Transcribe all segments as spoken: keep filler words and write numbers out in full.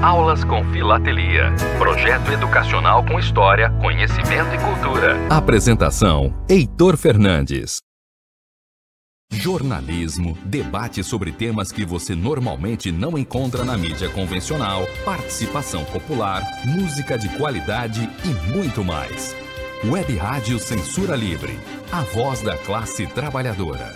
Aulas com Filatelia. Projeto educacional com história, conhecimento e cultura. Apresentação: Heitor Fernandes. Jornalismo, debate sobre temas que você normalmente não encontra na mídia convencional, participação popular, música de qualidade e muito mais. Web Rádio Censura Livre, a voz da classe trabalhadora.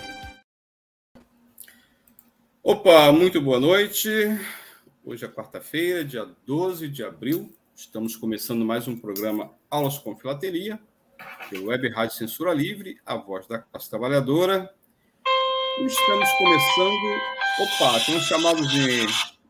Opa, muito boa noite. Hoje é quarta-feira, dia doze de abril. Estamos começando mais um programa Aulas com Filatelia, pelo Web Rádio Censura Livre, a voz da classe trabalhadora. Estamos começando... Opa, tem um chamado de...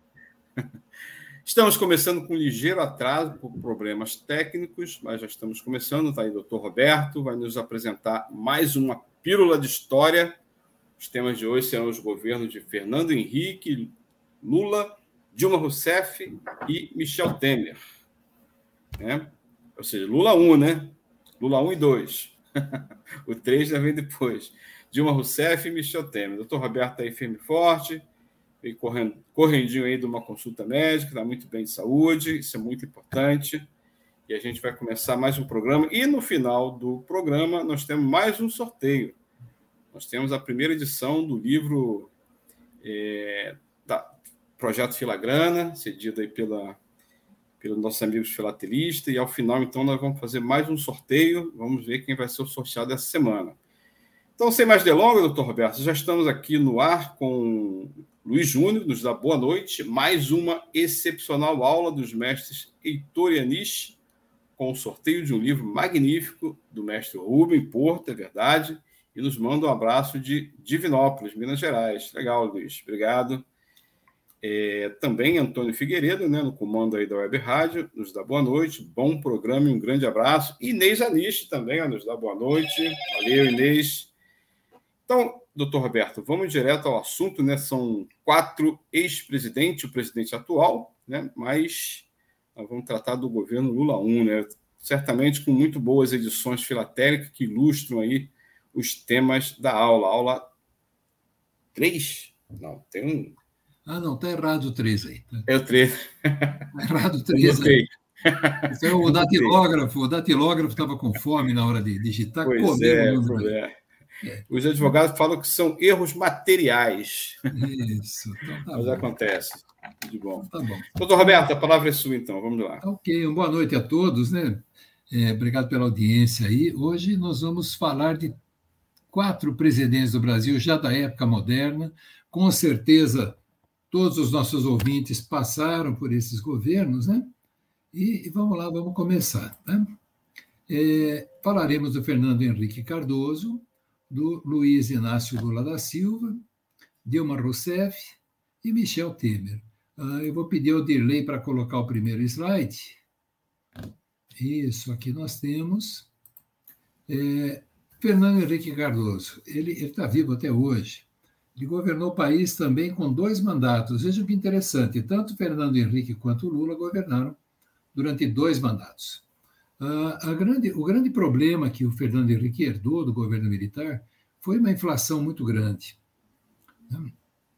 Estamos começando com ligeiro atraso por problemas técnicos, mas já estamos começando. Está aí o doutor Roberto, vai nos apresentar mais uma pílula de história. Os temas de hoje serão os governos de Fernando Henrique, Lula, Dilma Rousseff e Michel Temer. Né? Ou seja, Lula um, né? Lula um e dois. O três já vem depois. Dilma Rousseff e Michel Temer. Doutor Roberto aí firme e forte, veio correndo, correndinho aí de uma consulta médica, está muito bem de saúde, isso é muito importante. E a gente vai começar mais um programa. E no final do programa nós temos mais um sorteio. Nós temos a primeira edição do livro é, da Projeto Filagrana, cedido aí pela, pelos nossos amigos filatelistas, e ao final, então, nós vamos fazer mais um sorteio, vamos ver quem vai ser o sorteado essa semana. Então, sem mais delongas, doutor Roberto, já estamos aqui no ar com Luiz Júnior, nos dá boa noite, mais uma excepcional aula dos mestres Heitor e Anish, com o sorteio de um livro magnífico do mestre Rubem Porto, é verdade, e nos manda um abraço de Divinópolis, Minas Gerais. Legal, Luiz, obrigado. É, também Antônio Figueiredo, né, no comando aí da Web Rádio, nos dá boa noite, bom programa e um grande abraço. Inês Anish também ó, nos dá boa noite. Valeu, Inês. Então, doutor Roberto, vamos direto ao assunto, né? São quatro ex-presidentes, o presidente atual, né? Mas nós vamos tratar do governo Lula um, né? Certamente com muito boas edições filatélicas que ilustram aí os temas da aula. Aula três? Não, tem um... Ah, não, está errado o três aí. É o três. Está errado o três aí. Então, o datilógrafo, o datilógrafo estava com fome na hora de digitar. Pois é, o número. É. É. Os advogados falam que são erros materiais. Isso. Então tá Mas bom. acontece. De bom. Então, tá bom. Doutor Roberto, a palavra é sua, então. Vamos lá. Ok, uma boa noite a todos, né? É, obrigado pela audiência aí. Hoje nós vamos falar de quatro presidentes do Brasil, já da época moderna. Com certeza, todos os nossos ouvintes passaram por esses governos, né? E, e vamos lá, vamos começar. Né? É, falaremos do Fernando Henrique Cardoso, do Luiz Inácio Lula da Silva, Dilma Rousseff e Michel Temer. Ah, eu vou pedir ao Dirley para colocar o primeiro slide. Isso, aqui nós temos. É, Fernando Henrique Cardoso, ele está vivo até hoje. Ele governou o país também com dois mandatos. Veja que interessante, tanto Fernando Henrique quanto Lula governaram durante dois mandatos. Uh, a grande, o grande problema que o Fernando Henrique herdou do governo militar foi uma inflação muito grande. Né?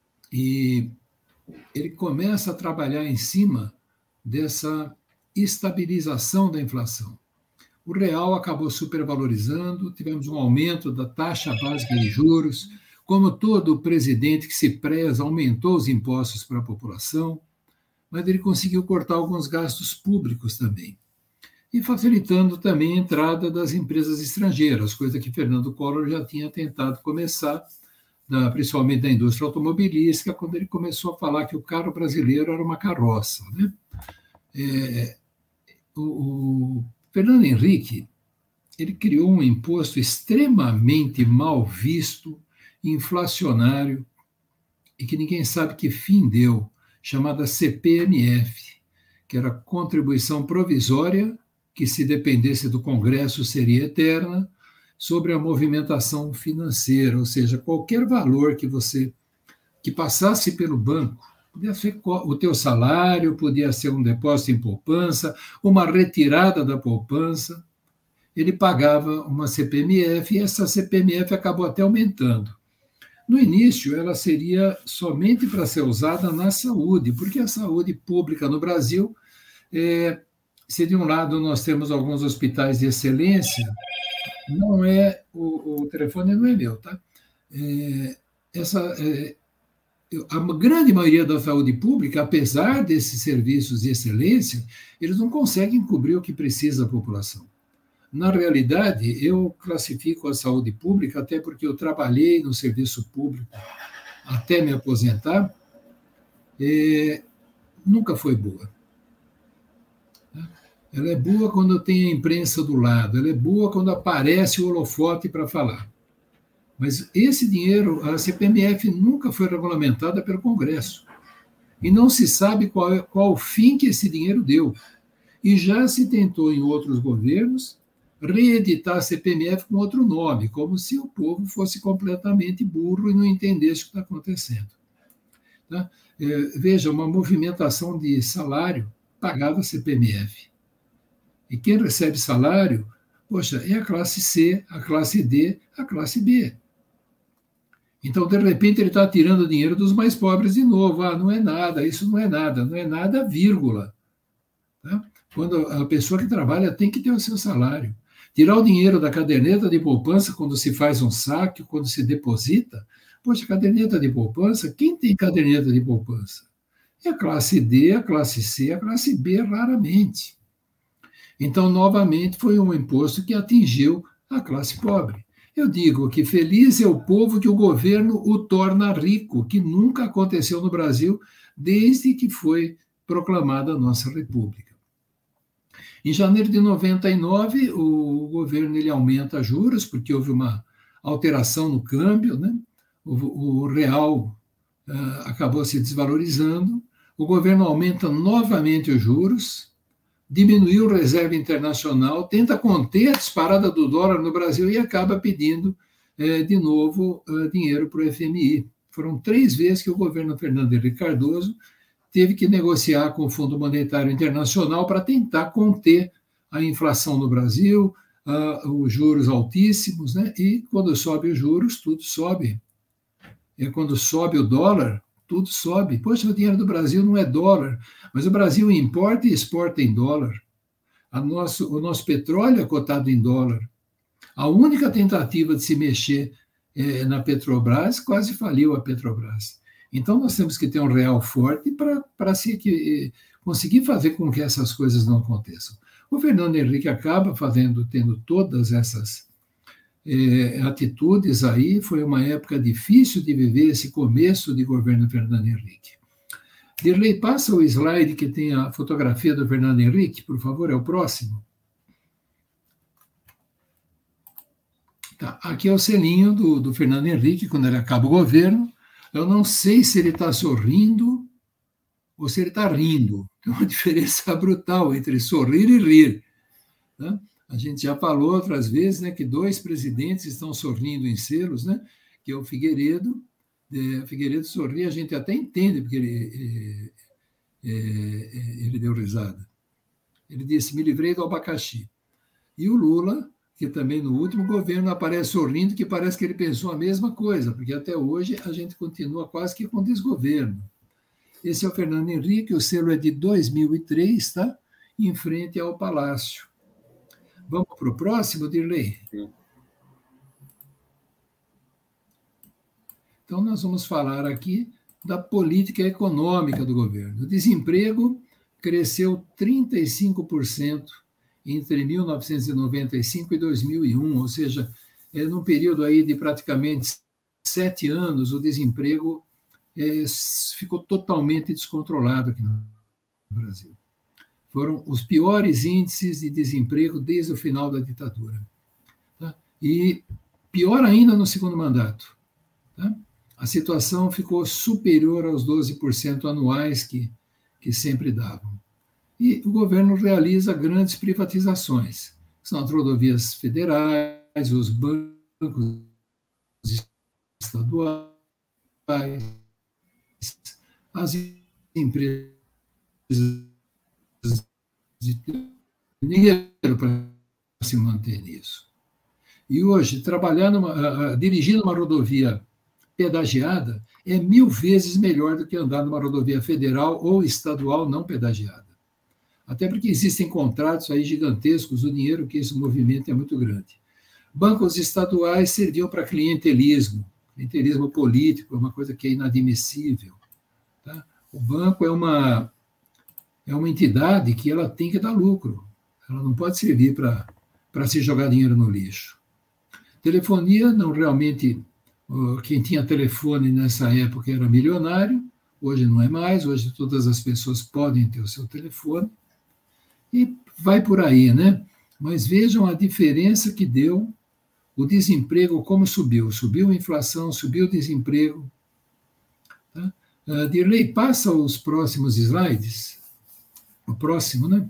E ele começa a trabalhar em cima dessa estabilização da inflação. O real acabou supervalorizando, tivemos um aumento da taxa básica de juros. Como todo presidente que se preza, aumentou os impostos para a população, mas ele conseguiu cortar alguns gastos públicos também. E facilitando também a entrada das empresas estrangeiras, coisa que Fernando Collor já tinha tentado começar, principalmente da indústria automobilística, quando ele começou a falar que o carro brasileiro era uma carroça. Né? É, o, o Fernando Henrique ele criou um imposto extremamente mal visto, inflacionário, e que ninguém sabe que fim deu, chamada C P M F, que era contribuição provisória, que se dependesse do Congresso seria eterna, sobre a movimentação financeira, ou seja, qualquer valor que você que passasse pelo banco, podia ser o teu salário, podia ser um depósito em poupança, uma retirada da poupança, ele pagava uma C P M F e essa C P M F acabou até aumentando. No início, ela seria somente para ser usada na saúde, porque a saúde pública no Brasil, é, se de um lado nós temos alguns hospitais de excelência, não é, o, o telefone não é meu, tá? É, essa, é, a grande maioria da saúde pública, apesar desses serviços de excelência, eles não conseguem cobrir o que precisa a população. Na realidade, eu classifico a saúde pública, até porque eu trabalhei no serviço público até me aposentar, é, nunca foi boa. Ela é boa quando tem a imprensa do lado, ela é boa quando aparece o holofote para falar. Mas esse dinheiro, a C P M F nunca foi regulamentada pelo Congresso. E não se sabe qual, é, qual o fim que esse dinheiro deu. E já se tentou em outros governos reeditar a C P M F com outro nome, como se o povo fosse completamente burro e não entendesse o que está acontecendo. Tá? É, veja, uma movimentação de salário pagava a C P M F. E quem recebe salário, poxa, é a classe C, a classe D, a classe B. Então, de repente, ele está tirando o dinheiro dos mais pobres de novo. Ah, não é nada, isso não é nada, não é nada, vírgula. Tá? Quando a pessoa que trabalha tem que ter o seu salário. Tirar o dinheiro da caderneta de poupança quando se faz um saque, quando se deposita, poxa, caderneta de poupança, quem tem caderneta de poupança? É a classe D, a classe C, a classe B, raramente. Então, novamente, foi um imposto que atingiu a classe pobre. Eu digo que feliz é o povo que o governo o torna rico, que nunca aconteceu no Brasil desde que foi proclamada a nossa República. Em janeiro de noventa e nove, o governo ele aumenta juros, porque houve uma alteração no câmbio, né? o, o real uh, acabou se desvalorizando, o governo aumenta novamente os juros, diminuiu a reserva internacional, tenta conter a disparada do dólar no Brasil e acaba pedindo, eh, de novo, eh, dinheiro para o F M I. Foram três vezes que o governo Fernando Henrique Cardoso teve que negociar com o Fundo Monetário Internacional para tentar conter a inflação no Brasil, uh, os juros altíssimos, né? E quando sobe os juros, tudo sobe. E quando sobe o dólar, tudo sobe. Poxa, o dinheiro do Brasil não é dólar, mas o Brasil importa e exporta em dólar. A nosso, o nosso petróleo é cotado em dólar. A única tentativa de se mexer eh, na Petrobras quase faliu a Petrobras. Então, nós temos que ter um real forte para se que, conseguir fazer com que essas coisas não aconteçam. O Fernando Henrique acaba fazendo, tendo todas essas eh, atitudes aí. Foi uma época difícil de viver esse começo de governo Fernando Henrique. Dirley, passa o slide que tem a fotografia do Fernando Henrique, por favor, é o próximo. Tá, aqui é o selinho do, do Fernando Henrique, quando ele acaba o governo. Eu não sei se ele está sorrindo ou se ele está rindo. Tem uma diferença brutal entre sorrir e rir. Né? A gente já falou outras vezes, né, que dois presidentes estão sorrindo em selos, né, que é o Figueiredo. É, o Figueiredo sorri, a gente até entende, porque ele, é, é, ele deu risada. Ele disse, me livrei do abacaxi. E o Lula, que também no último governo aparece sorrindo, que parece que ele pensou a mesma coisa, porque até hoje a gente continua quase que com desgoverno. Esse é o Fernando Henrique, o selo é de dois mil e três, tá? Em frente ao Palácio. Vamos para o próximo, Dirley? Sim. Então, nós vamos falar aqui da política econômica do governo. O desemprego cresceu trinta e cinco por cento entre mil novecentos e noventa e cinco e dois mil e um, ou seja, é, num período aí de praticamente sete anos, o desemprego é, ficou totalmente descontrolado aqui no Brasil. Foram os piores índices de desemprego desde o final da ditadura. Tá? E pior ainda no segundo mandato. Tá? A situação ficou superior aos doze por cento anuais que, que sempre davam. E o governo realiza grandes privatizações. São as rodovias federais, os bancos estaduais, as empresas de dinheiro para se manter nisso. E hoje, trabalhar numa, dirigindo uma rodovia pedagiada é mil vezes melhor do que andar numa rodovia federal ou estadual não pedagiada. Até porque existem contratos aí gigantescos, o dinheiro que esse movimento é muito grande. Bancos estaduais serviam para clientelismo, clientelismo político, é uma coisa que é inadmissível. Tá? O banco é uma, é uma entidade que ela tem que dar lucro, ela não pode servir para para se jogar dinheiro no lixo. Telefonia, não realmente, quem tinha telefone nessa época era milionário, hoje não é mais, hoje todas as pessoas podem ter o seu telefone, e vai por aí, né? Mas vejam a diferença que deu o desemprego, como subiu. Subiu a inflação, subiu o desemprego. Tá? Uh, Dirley, passa os próximos slides. O próximo, né?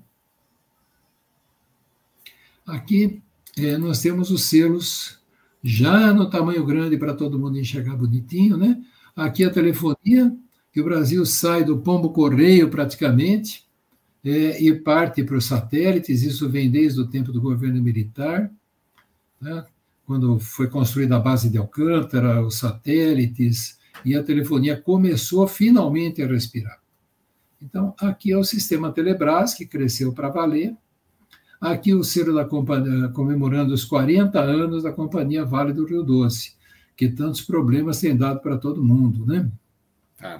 Aqui é, nós temos os selos já no tamanho grande para todo mundo enxergar bonitinho, né? Aqui a telefonia, que o Brasil sai do pombo-correio praticamente é, e parte para os satélites, isso vem desde o tempo do governo militar, né? Quando foi construída a base de Alcântara, os satélites, e a telefonia começou finalmente a respirar. Então, aqui é o sistema Telebrás, que cresceu para valer. Aqui o selo da companhia, comemorando os quarenta anos da Companhia Vale do Rio Doce, que tantos problemas tem dado para todo mundo, né? Ah.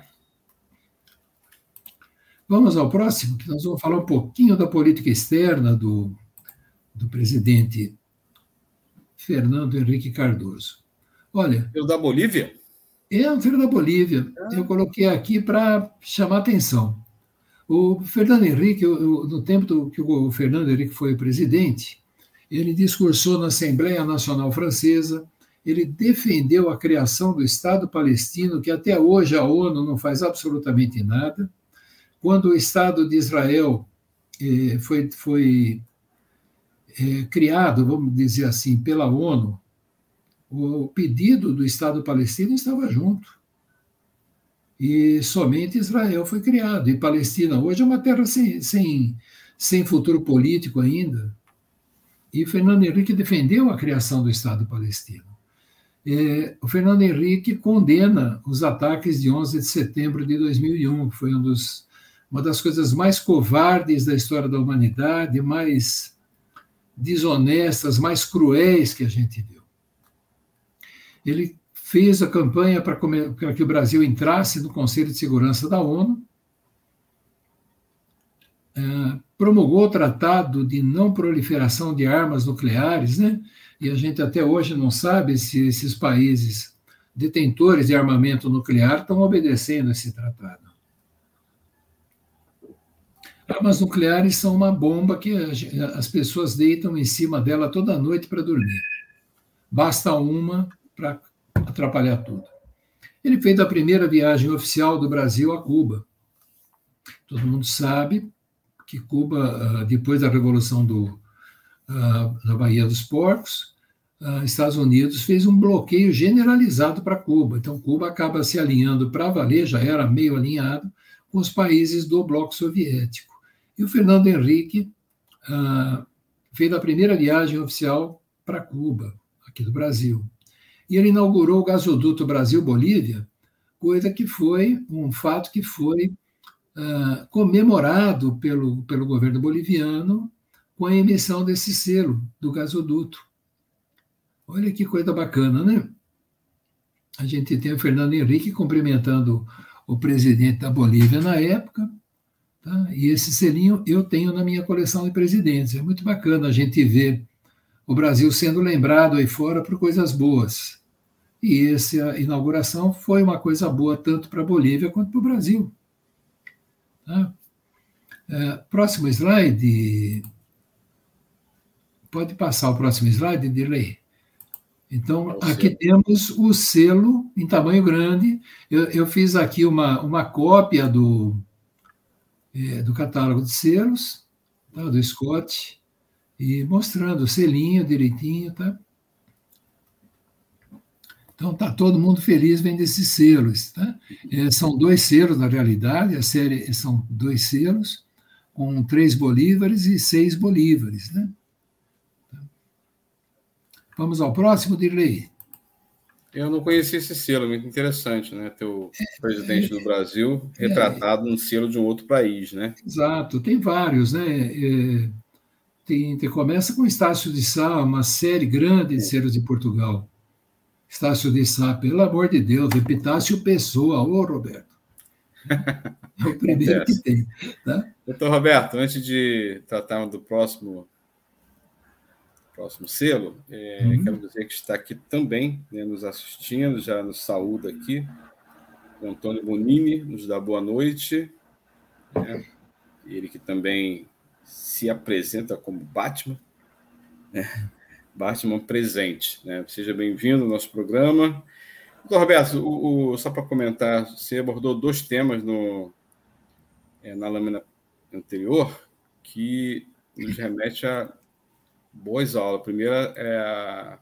Vamos ao próximo, que nós vamos falar um pouquinho da política externa do, do presidente Fernando Henrique Cardoso. Olha... O da Bolívia? É um filho da Bolívia. Ah. Eu coloquei aqui para chamar atenção. O Fernando Henrique, no tempo do, que o Fernando Henrique foi presidente, ele discursou na Assembleia Nacional Francesa, ele defendeu a criação do Estado palestino, que até hoje a ONU não faz absolutamente nada. Quando o Estado de Israel eh, foi, foi eh, criado, vamos dizer assim, pela ONU, o pedido do Estado palestino estava junto. E somente Israel foi criado. E Palestina hoje é uma terra sem, sem, sem futuro político ainda. E Fernando Henrique defendeu a criação do Estado palestino. É, o Fernando Henrique condena os ataques de onze de setembro de dois mil e um, que foi um dos, uma das coisas mais covardes da história da humanidade, mais desonestas, mais cruéis que a gente viu. Ele fez a campanha para que o Brasil entrasse no Conselho de Segurança da ONU, promulgou o Tratado de Não Proliferação de Armas Nucleares, né? E a gente até hoje não sabe se esses países detentores de armamento nuclear estão obedecendo esse tratado. Armas nucleares são uma bomba que as pessoas deitam em cima dela toda noite para dormir. Basta uma para atrapalhar tudo. Ele fez a primeira viagem oficial do Brasil a Cuba. Todo mundo sabe que Cuba, depois da Revolução do, da Baía dos Porcos, Estados Unidos fez um bloqueio generalizado para Cuba. Então, Cuba acaba se alinhando para valer, já era meio alinhado, com os países do bloco soviético. E o Fernando Henrique fez a primeira viagem oficial para Cuba, aqui do Brasil. E ele inaugurou o gasoduto Brasil-Bolívia, coisa que foi um fato que foi uh, comemorado pelo, pelo governo boliviano com a emissão desse selo do gasoduto. Olha que coisa bacana, né? A gente tem o Fernando Henrique cumprimentando o presidente da Bolívia na época, tá? E esse selinho eu tenho na minha coleção de presidentes. É muito bacana a gente ver o Brasil sendo lembrado aí fora por coisas boas. E essa inauguração foi uma coisa boa tanto para a Bolívia quanto para o Brasil. Tá? É, próximo slide. Pode passar o próximo slide, Dirley? Então, aqui temos o selo em tamanho grande. Eu, eu fiz aqui uma, uma cópia do, é, do catálogo de selos, tá? Do Scott, e mostrando o selinho direitinho, tá? Então, está todo mundo feliz vendo esses selos, tá? É, são dois selos, na realidade, a série são dois selos, com três bolívares e seis bolívares, né? Vamos ao próximo, Dirley. Eu não conheci esse selo, muito interessante, né? Ter o presidente do Brasil retratado num selo de um outro país, né? Exato, tem vários, né? É, tem, tem, começa com Estácio de Sá, uma série grande de selos de Portugal. Estácio de Sá, pelo amor de Deus, Epitácio Pessoa, ô Roberto. É o primeiro que tem. Tá? Doutor Roberto, antes de tratarmos do próximo, próximo selo, é, uhum. quero dizer que está aqui também, né, nos assistindo, já nos saúda aqui, o Antônio Bonini, nos dá boa noite. Né? Ele que também se apresenta como Batman, né? Batman presente. Né? Seja bem-vindo ao nosso programa. Doutor Roberto, o, o, só para comentar, você abordou dois temas no, é, na lâmina anterior que nos remete a boas aulas. A primeira é, a,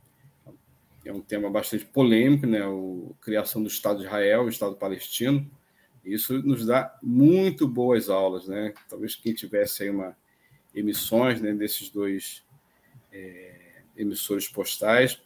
é um tema bastante polêmico, né? A criação do Estado de Israel, o Estado palestino. Isso nos dá muito boas aulas, né? Talvez quem tivesse aí uma emissões, né, desses dois é, emissores postais,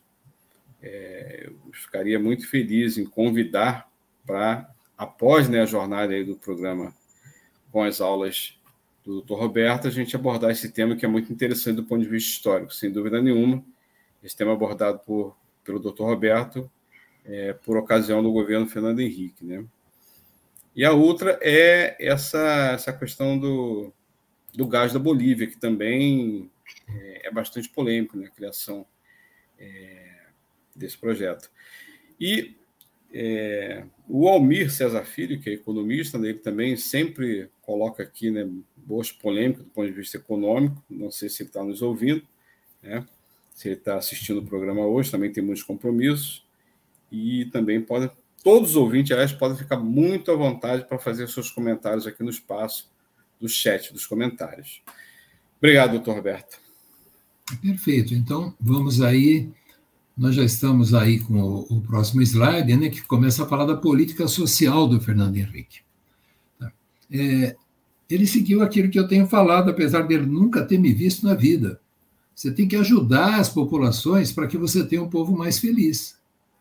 é, eu ficaria muito feliz em convidar para, após, né, a jornada aí do programa com as aulas do doutor Roberto, a gente abordar esse tema que é muito interessante do ponto de vista histórico, sem dúvida nenhuma. Esse tema abordado por, pelo doutor Roberto é, por ocasião do governo Fernando Henrique, né? E a outra é essa, essa questão do, do gás da Bolívia, que também é, é bastante polêmico, né, a criação é, desse projeto. E é, o Almir Cesar Filho, que é economista, né, ele também sempre coloca aqui, né, boas polêmicas do ponto de vista econômico. Não sei se ele está nos ouvindo, né, se ele está assistindo o programa hoje, também tem muitos compromissos. E também pode... Todos os ouvintes, aliás, podem ficar muito à vontade para fazer seus comentários aqui no espaço do chat dos comentários. Obrigado, doutor Roberto. Perfeito. Então, vamos aí. Nós já estamos aí com o, o próximo slide, né, que começa a falar da política social do Fernando Henrique. Tá? É, ele seguiu aquilo que eu tenho falado, apesar de ele nunca ter me visto na vida. Você tem que ajudar as populações para que você tenha um povo mais feliz.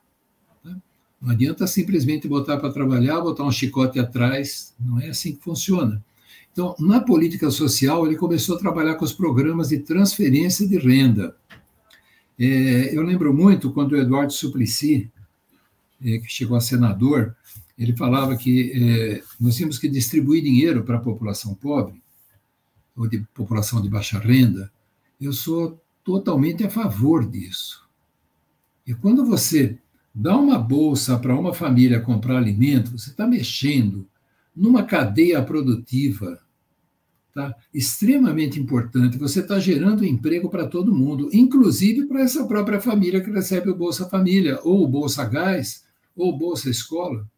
Não adianta simplesmente botar para trabalhar, botar um chicote atrás, não é assim que funciona. Então, na política social, ele começou a trabalhar com os programas de transferência de renda. É, eu lembro muito quando o Eduardo Suplicy, é, que chegou a senador, ele falava que é, nós tínhamos que distribuir dinheiro para a população pobre, ou de população de baixa renda. Eu sou totalmente a favor disso. E quando você dá uma bolsa para uma família comprar alimento, você está mexendo numa cadeia produtiva, tá? Extremamente importante. Você está gerando emprego para todo mundo, inclusive para essa própria família que recebe o Bolsa Família, ou o Bolsa Gás, ou o Bolsa Escola.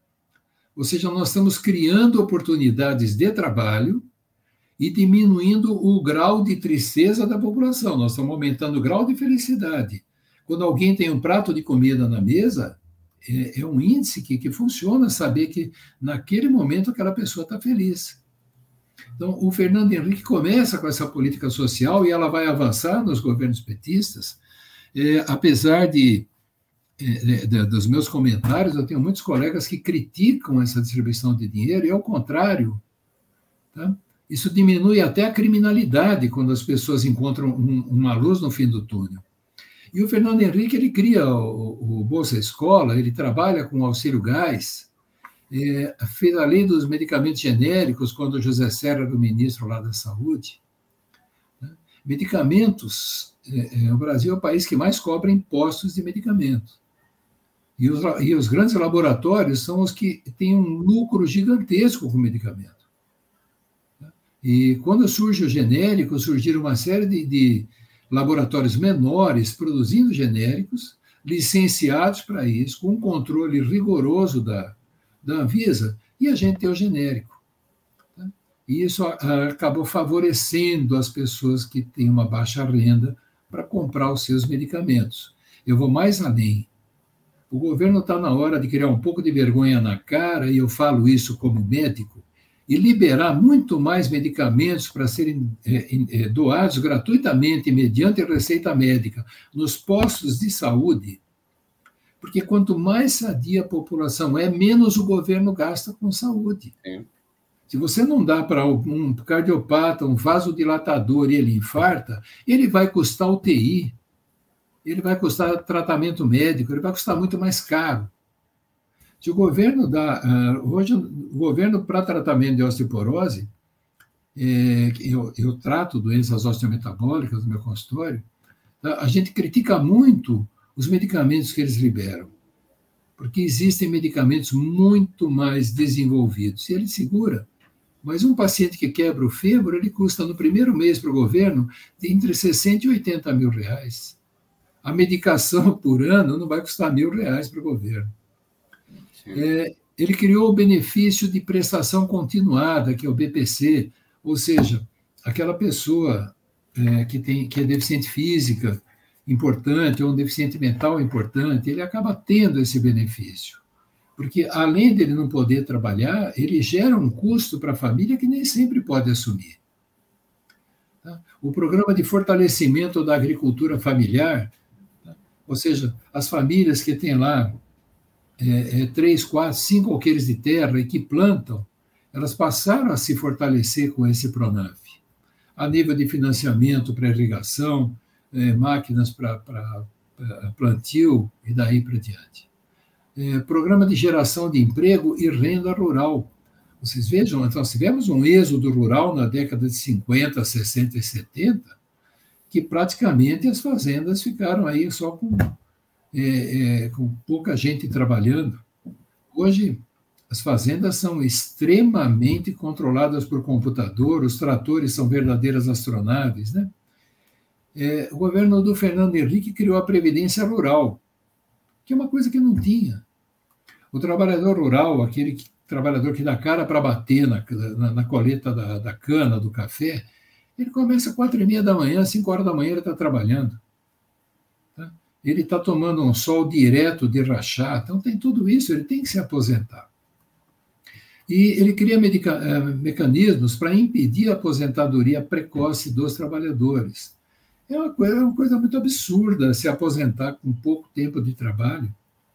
Ou seja, nós estamos criando oportunidades de trabalho e diminuindo o grau de tristeza da população. Nós estamos aumentando o grau de felicidade. Quando alguém tem um prato de comida na mesa, é, é um índice que, que funciona saber que, naquele momento, aquela pessoa está feliz. Então, o Fernando Henrique começa com essa política social e ela vai avançar nos governos petistas. É, apesar de, é, de, dos meus comentários, eu tenho muitos colegas que criticam essa distribuição de dinheiro, e, ao contrário, tá? Isso diminui até a criminalidade quando as pessoas encontram um, uma luz no fim do túnel. E o Fernando Henrique, ele cria o, o Bolsa Escola, ele trabalha com o auxílio gás, é, fez a lei dos medicamentos genéricos, quando o José Serra era o ministro lá da Saúde. Né? Medicamentos, é, é, o Brasil é o país que mais cobra impostos de medicamentos. E os, e os grandes laboratórios são os que têm um lucro gigantesco com medicamento. Né? E quando surge o genérico, surgiram uma série de... de laboratórios menores produzindo genéricos, licenciados para isso, com um controle rigoroso da, da Anvisa, e a gente tem o genérico. Tá? E isso acabou favorecendo as pessoas que têm uma baixa renda para comprar os seus medicamentos. Eu vou mais além. O governo está na hora de criar um pouco de vergonha na cara, e eu falo isso como médico, e liberar muito mais medicamentos para serem é, é, doados gratuitamente, mediante receita médica, nos postos de saúde, Porque quanto mais sadia a população é, menos o governo gasta com saúde. Sim. Se você não dá para um cardiopata, um vasodilatador e ele infarta, ele vai custar U T I, ele vai custar tratamento médico, ele vai custar muito mais caro. Se o governo dá... Hoje, o governo, para tratamento de osteoporose, é, eu, eu trato doenças osteometabólicas no meu consultório, a gente critica muito os medicamentos que eles liberam, porque existem medicamentos muito mais desenvolvidos, e ele segura. Mas um paciente que quebra o fêmur, ele custa no primeiro mês para o governo de entre sessenta e oitenta mil reais. A medicação por ano não vai custar mil reais para o governo. É, ele criou o benefício de prestação continuada, que é o B P C, ou seja, aquela pessoa é, que, tem, que é deficiente física importante ou um deficiente mental importante, ele acaba tendo esse benefício. Porque, além dele não poder trabalhar, ele gera um custo para a família que nem sempre pode assumir. Tá? O programa de fortalecimento da agricultura familiar, tá? Ou seja, as famílias que têm lá é, é, três, quatro, cinco alqueires de terra e que plantam, elas passaram a se fortalecer com esse Pronaf. A nível de financiamento para irrigação, é, máquinas para, para, para plantio e daí para diante. É, programa de geração de emprego e renda rural. Vocês vejam, nós tivemos um êxodo rural na década de cinquenta, sessenta e setenta, que praticamente as fazendas ficaram aí só com, é, é, com pouca gente trabalhando. Hoje, as fazendas são extremamente controladas por computador, os tratores são verdadeiras astronaves, né? É, o governo do Fernando Henrique criou a Previdência Rural, que é uma coisa que não tinha. O trabalhador rural, aquele que, trabalhador que dá cara para bater na, na, na colheita da, da cana, do café, ele começa às quatro e meia da manhã, cinco horas da manhã ele está trabalhando. Tá? Ele está tomando um sol direto de rachar, então tem tudo isso, ele tem que se aposentar. E ele cria medica, eh, mecanismos para impedir a aposentadoria precoce dos trabalhadores. É uma coisa, é uma coisa muito absurda se aposentar com pouco tempo de trabalho.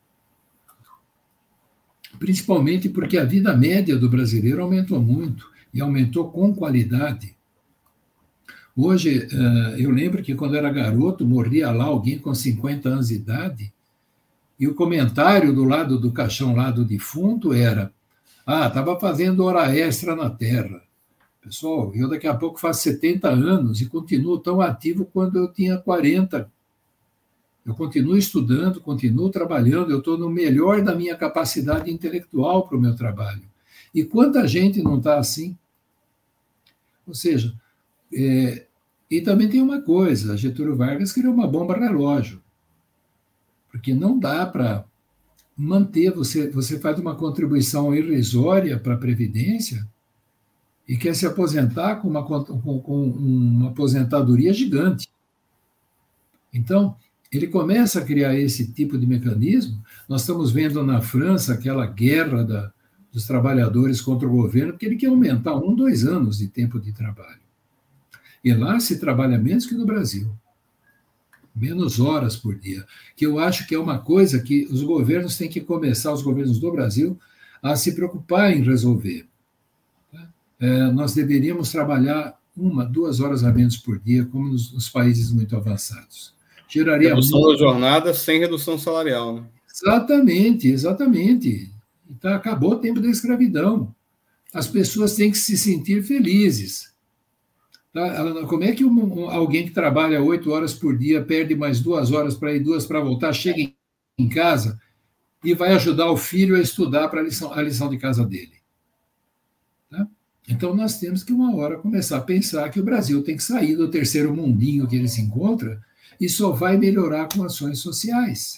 Principalmente porque a vida média do brasileiro aumentou muito, e aumentou com qualidade. Hoje, eu lembro que quando eu era garoto, morria lá alguém com cinquenta anos de idade, e o comentário do lado do caixão lá do defunto era: ah, estava fazendo hora extra na terra. Pessoal, eu daqui a pouco faço setenta anos e continuo tão ativo quando eu tinha quarenta. Eu continuo estudando, continuo trabalhando, eu estou no melhor da minha capacidade intelectual para o meu trabalho. E quanta gente não está assim? Ou seja, é, e também tem uma coisa, Getúlio Vargas criou uma bomba relógio, porque não dá para manter, você, você faz uma contribuição irrisória para a Previdência e quer se aposentar com uma, com, com uma aposentadoria gigante. Então, ele começa a criar esse tipo de mecanismo. Nós estamos vendo na França aquela guerra da, dos trabalhadores contra o governo, porque ele quer aumentar um, dois anos de tempo de trabalho. E lá se trabalha menos que no Brasil. Menos horas por dia. Que eu acho que é uma coisa que os governos têm que começar, os governos do Brasil, a se preocupar em resolver. É, nós deveríamos trabalhar uma, duas horas a menos por dia, como nos, nos países muito avançados. Geraria redução muito... da jornada sem redução salarial, né? Exatamente, exatamente. Então, acabou o tempo da escravidão. As pessoas têm que se sentir felizes. Tá? Como é que um, alguém que trabalha oito horas por dia perde mais duas horas para ir, duas para voltar, chega em casa e vai ajudar o filho a estudar para a lição, a lição de casa dele? Tá? Então, nós temos que, uma hora, começar a pensar que o Brasil tem que sair do terceiro mundinho que ele se encontra e só vai melhorar com ações sociais.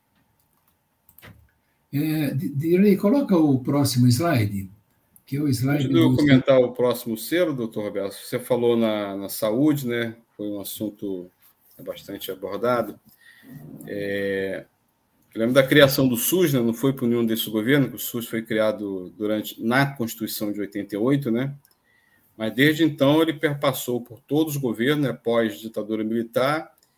É, Direi, coloca o próximo slide, que é o slide... Antes de eu comentar o próximo selo, doutor Roberto, você falou na, na saúde, né? Foi um assunto bastante abordado. É, eu lembro da criação do SUS, né? Não foi por nenhum desse governo, que o SUS foi criado durante, na Constituição de oitenta e oito, né? Mas desde então ele perpassou por todos os governos, né? Pós-ditadura militar,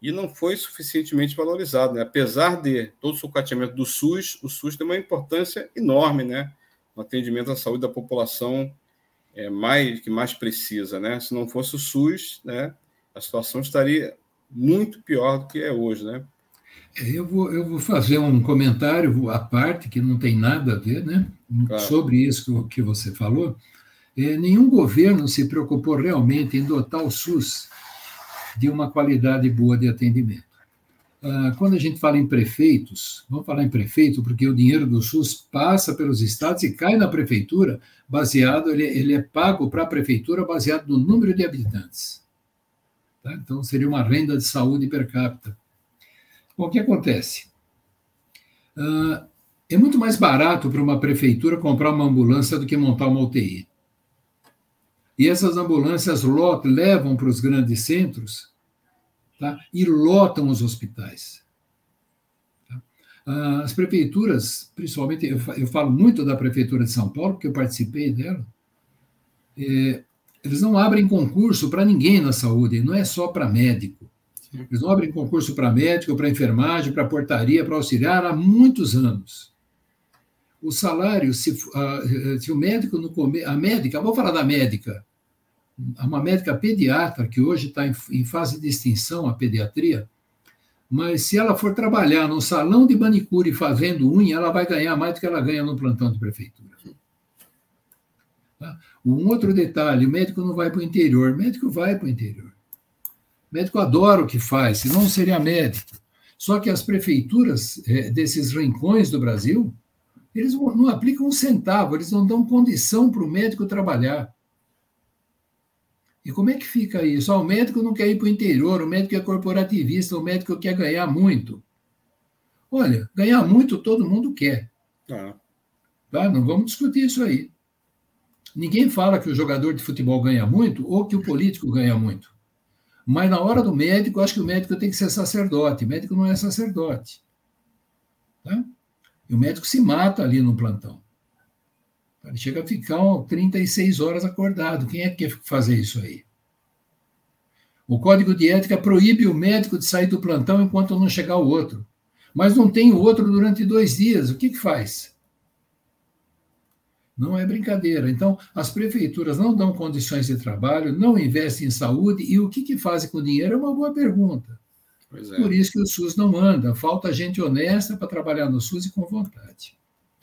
e não foi suficientemente valorizado, né? Apesar de todo o sucateamento do SUS, o SUS tem uma importância enorme, né, no atendimento à saúde da população é, mais, que mais precisa, né? Se não fosse o SUS, né, a situação estaria muito pior do que é hoje, né? Eu vou, eu vou fazer um comentário à parte, que não tem nada a ver, né, Claro. sobre isso que você falou. É, nenhum governo se preocupou realmente em dotar o SUS de uma qualidade boa de atendimento. Ah, quando a gente fala em prefeitos, vamos falar em prefeito, porque o dinheiro do SUS passa pelos estados e cai na prefeitura, baseado, ele, ele é pago para a prefeitura baseado no número de habitantes. Tá? Então, seria uma renda de saúde per capita. Bom, o que acontece? Ah, é muito mais barato para uma prefeitura comprar uma ambulância do que montar uma U T I. E essas ambulâncias lotam, levam para os grandes centros, tá? E lotam os hospitais. Tá? As prefeituras, principalmente, eu, eu falo muito da Prefeitura de São Paulo, porque eu participei dela, é, eles não abrem concurso para ninguém na saúde, não é só para médico. Eles não abrem concurso para médico, para enfermagem, para portaria, para auxiliar há muitos anos. O salário, se, uh, se o médico não comer, a médica, vou falar da médica, uma médica pediatra, que hoje está em, em fase de extinção, a pediatria, mas se ela for trabalhar num salão de manicure fazendo unha, ela vai ganhar mais do que ela ganha no plantão de prefeitura. Tá? Um outro detalhe, o médico não vai para o interior, o médico vai para o interior. O médico adora o que faz, senão não seria médico. Só que as prefeituras é, desses rincões do Brasil, eles não aplicam um centavo, eles não dão condição para o médico trabalhar. E como é que fica isso? Ah, o médico não quer ir para o interior, o médico é corporativista, o médico quer ganhar muito. Olha, ganhar muito todo mundo quer. Ah. Tá? Não vamos discutir isso aí. Ninguém fala que o jogador de futebol ganha muito ou que o político ganha muito. Mas na hora do médico, acho que o médico tem que ser sacerdote. O médico não é sacerdote. Tá? E o médico se mata ali no plantão. Ele chega a ficar trinta e seis horas acordado. Quem é que quer fazer isso aí? O Código de Ética proíbe o médico de sair do plantão enquanto não chegar o outro. Mas não tem o outro durante dois dias. O que que faz? Não é brincadeira. Então, as prefeituras não dão condições de trabalho, não investem em saúde, e o que que fazem com o dinheiro é uma boa pergunta. Pois é. Por isso que o SUS não anda. Falta gente honesta para trabalhar no SUS e com vontade.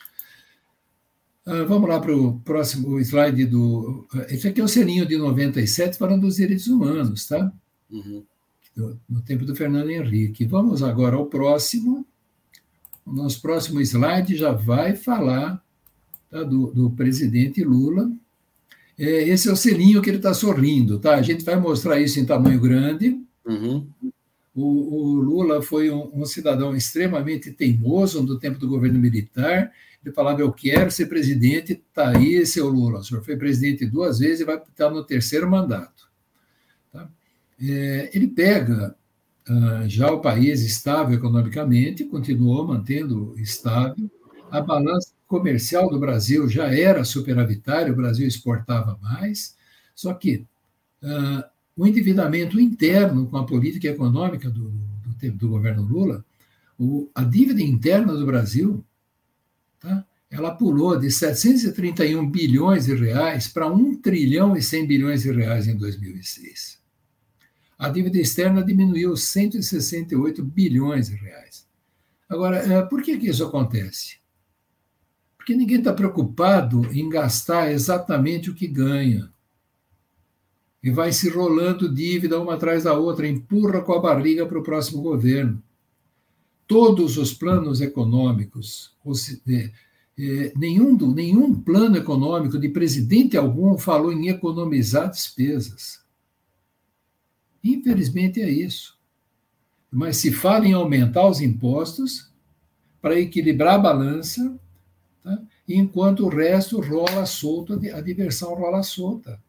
Uh, vamos lá para o próximo slide. Do... Esse aqui é o selinho de noventa e sete, falando dos direitos humanos, tá? Uhum. Do, no tempo do Fernando Henrique. Vamos agora ao próximo. O nosso próximo slide já vai falar, tá, do, do presidente Lula. É, esse é o selinho que ele está sorrindo, tá? A gente vai mostrar isso em tamanho grande. Uhum. O, o Lula foi um, um cidadão extremamente teimoso no tempo do governo militar. Ele falava, eu quero ser presidente, está aí, seu Lula. O senhor foi presidente duas vezes e vai estar no terceiro mandato. Tá? É, ele pega uh, já o país estável economicamente, continuou mantendo estável. A balança comercial do Brasil já era superavitária, o Brasil exportava mais, só que uh, o endividamento interno com a política econômica do, do tempo do governo Lula, o, a dívida interna do Brasil, tá, ela pulou de setecentos e trinta e um bilhões de reais para um trilhão e cem bilhões de reais em dois mil e seis. A dívida externa diminuiu cento e sessenta e oito bilhões de reais. Agora, por que que isso acontece? Porque ninguém está preocupado em gastar exatamente o que ganha. E vai se rolando dívida uma atrás da outra, empurra com a barriga para o próximo governo. Todos os planos econômicos, nenhum, nenhum plano econômico de presidente algum falou em economizar despesas. Infelizmente é isso. Mas se fala em aumentar os impostos para equilibrar a balança, tá? Enquanto o resto rola solto, a diversão rola solta.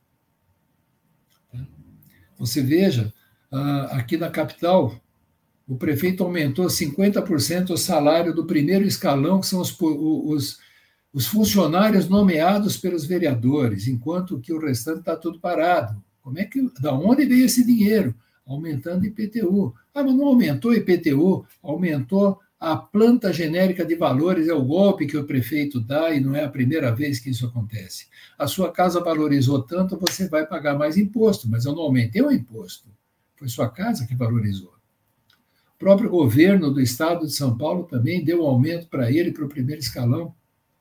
Você veja, aqui na capital, o prefeito aumentou cinquenta por cento o salário do primeiro escalão, que são os, os, os funcionários nomeados pelos vereadores, enquanto que o restante está tudo parado. Como é que, da onde veio esse dinheiro? aumentando I P T U. Ah, mas não aumentou I P T U, aumentou a planta genérica de valores, é o golpe que o prefeito dá e não é a primeira vez que isso acontece. A sua casa valorizou tanto, você vai pagar mais imposto, mas eu não aumentei o imposto. Foi sua casa que valorizou. O próprio governo do estado de São Paulo também deu um aumento para ele, para o primeiro escalão.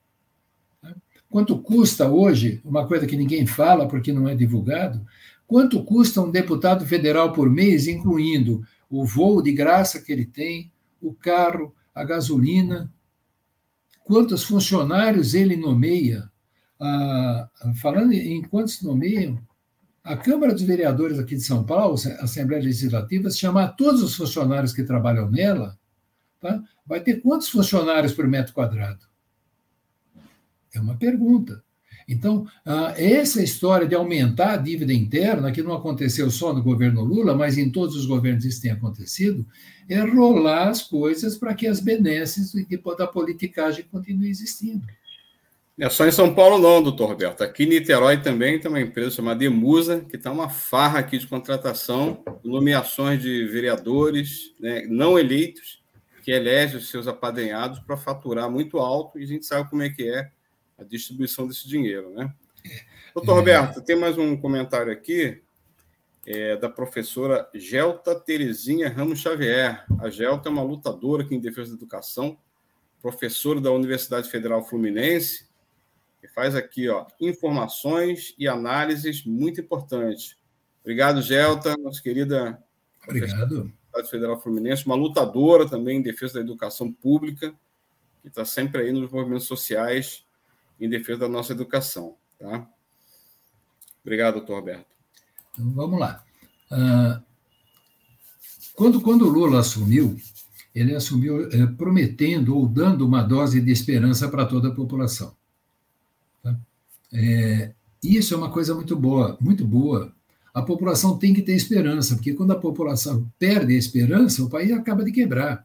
Quanto custa hoje, uma coisa que ninguém fala porque não é divulgado, quanto custa um deputado federal por mês, incluindo o voo de graça que ele tem, o carro, a gasolina, quantos funcionários ele nomeia? Ah, falando em quantos nomeiam, a Câmara dos Vereadores aqui de São Paulo, a Assembleia Legislativa, se chamar todos os funcionários que trabalham nela, tá? Vai ter quantos funcionários por metro quadrado? É uma pergunta. Então, essa história de aumentar a dívida interna, que não aconteceu só no governo Lula, mas em todos os governos isso tem acontecido, é rolar as coisas para que as benesses da politicagem continuem existindo. Não é só em São Paulo não, doutor Roberto. Aqui em Niterói também tem uma empresa chamada Emusa, que está uma farra aqui de contratação, nomeações de vereadores, né, não eleitos, que elege os seus apadrinhados para faturar muito alto, e a gente sabe como é que é a distribuição desse dinheiro, né? Doutor é... Roberto, tem mais um comentário aqui, é, da professora Gelta Terezinha Ramos Xavier. A Gelta é uma lutadora aqui em defesa da educação, professora da Universidade Federal Fluminense, que faz aqui, ó, informações e análises muito importantes. Obrigado, Gelta, nossa querida Obrigado. Da Universidade Federal Fluminense, uma lutadora também em defesa da educação pública, que está sempre aí nos movimentos sociais em defesa da nossa educação. Tá? Obrigado, doutor Roberto. Então, vamos lá. Uh, quando, quando o Lula assumiu, ele assumiu eh, prometendo ou dando uma dose de esperança para toda a população. Tá? É, isso é uma coisa muito boa, muito boa. A população tem que ter esperança, porque quando a população perde a esperança, o país acaba de quebrar.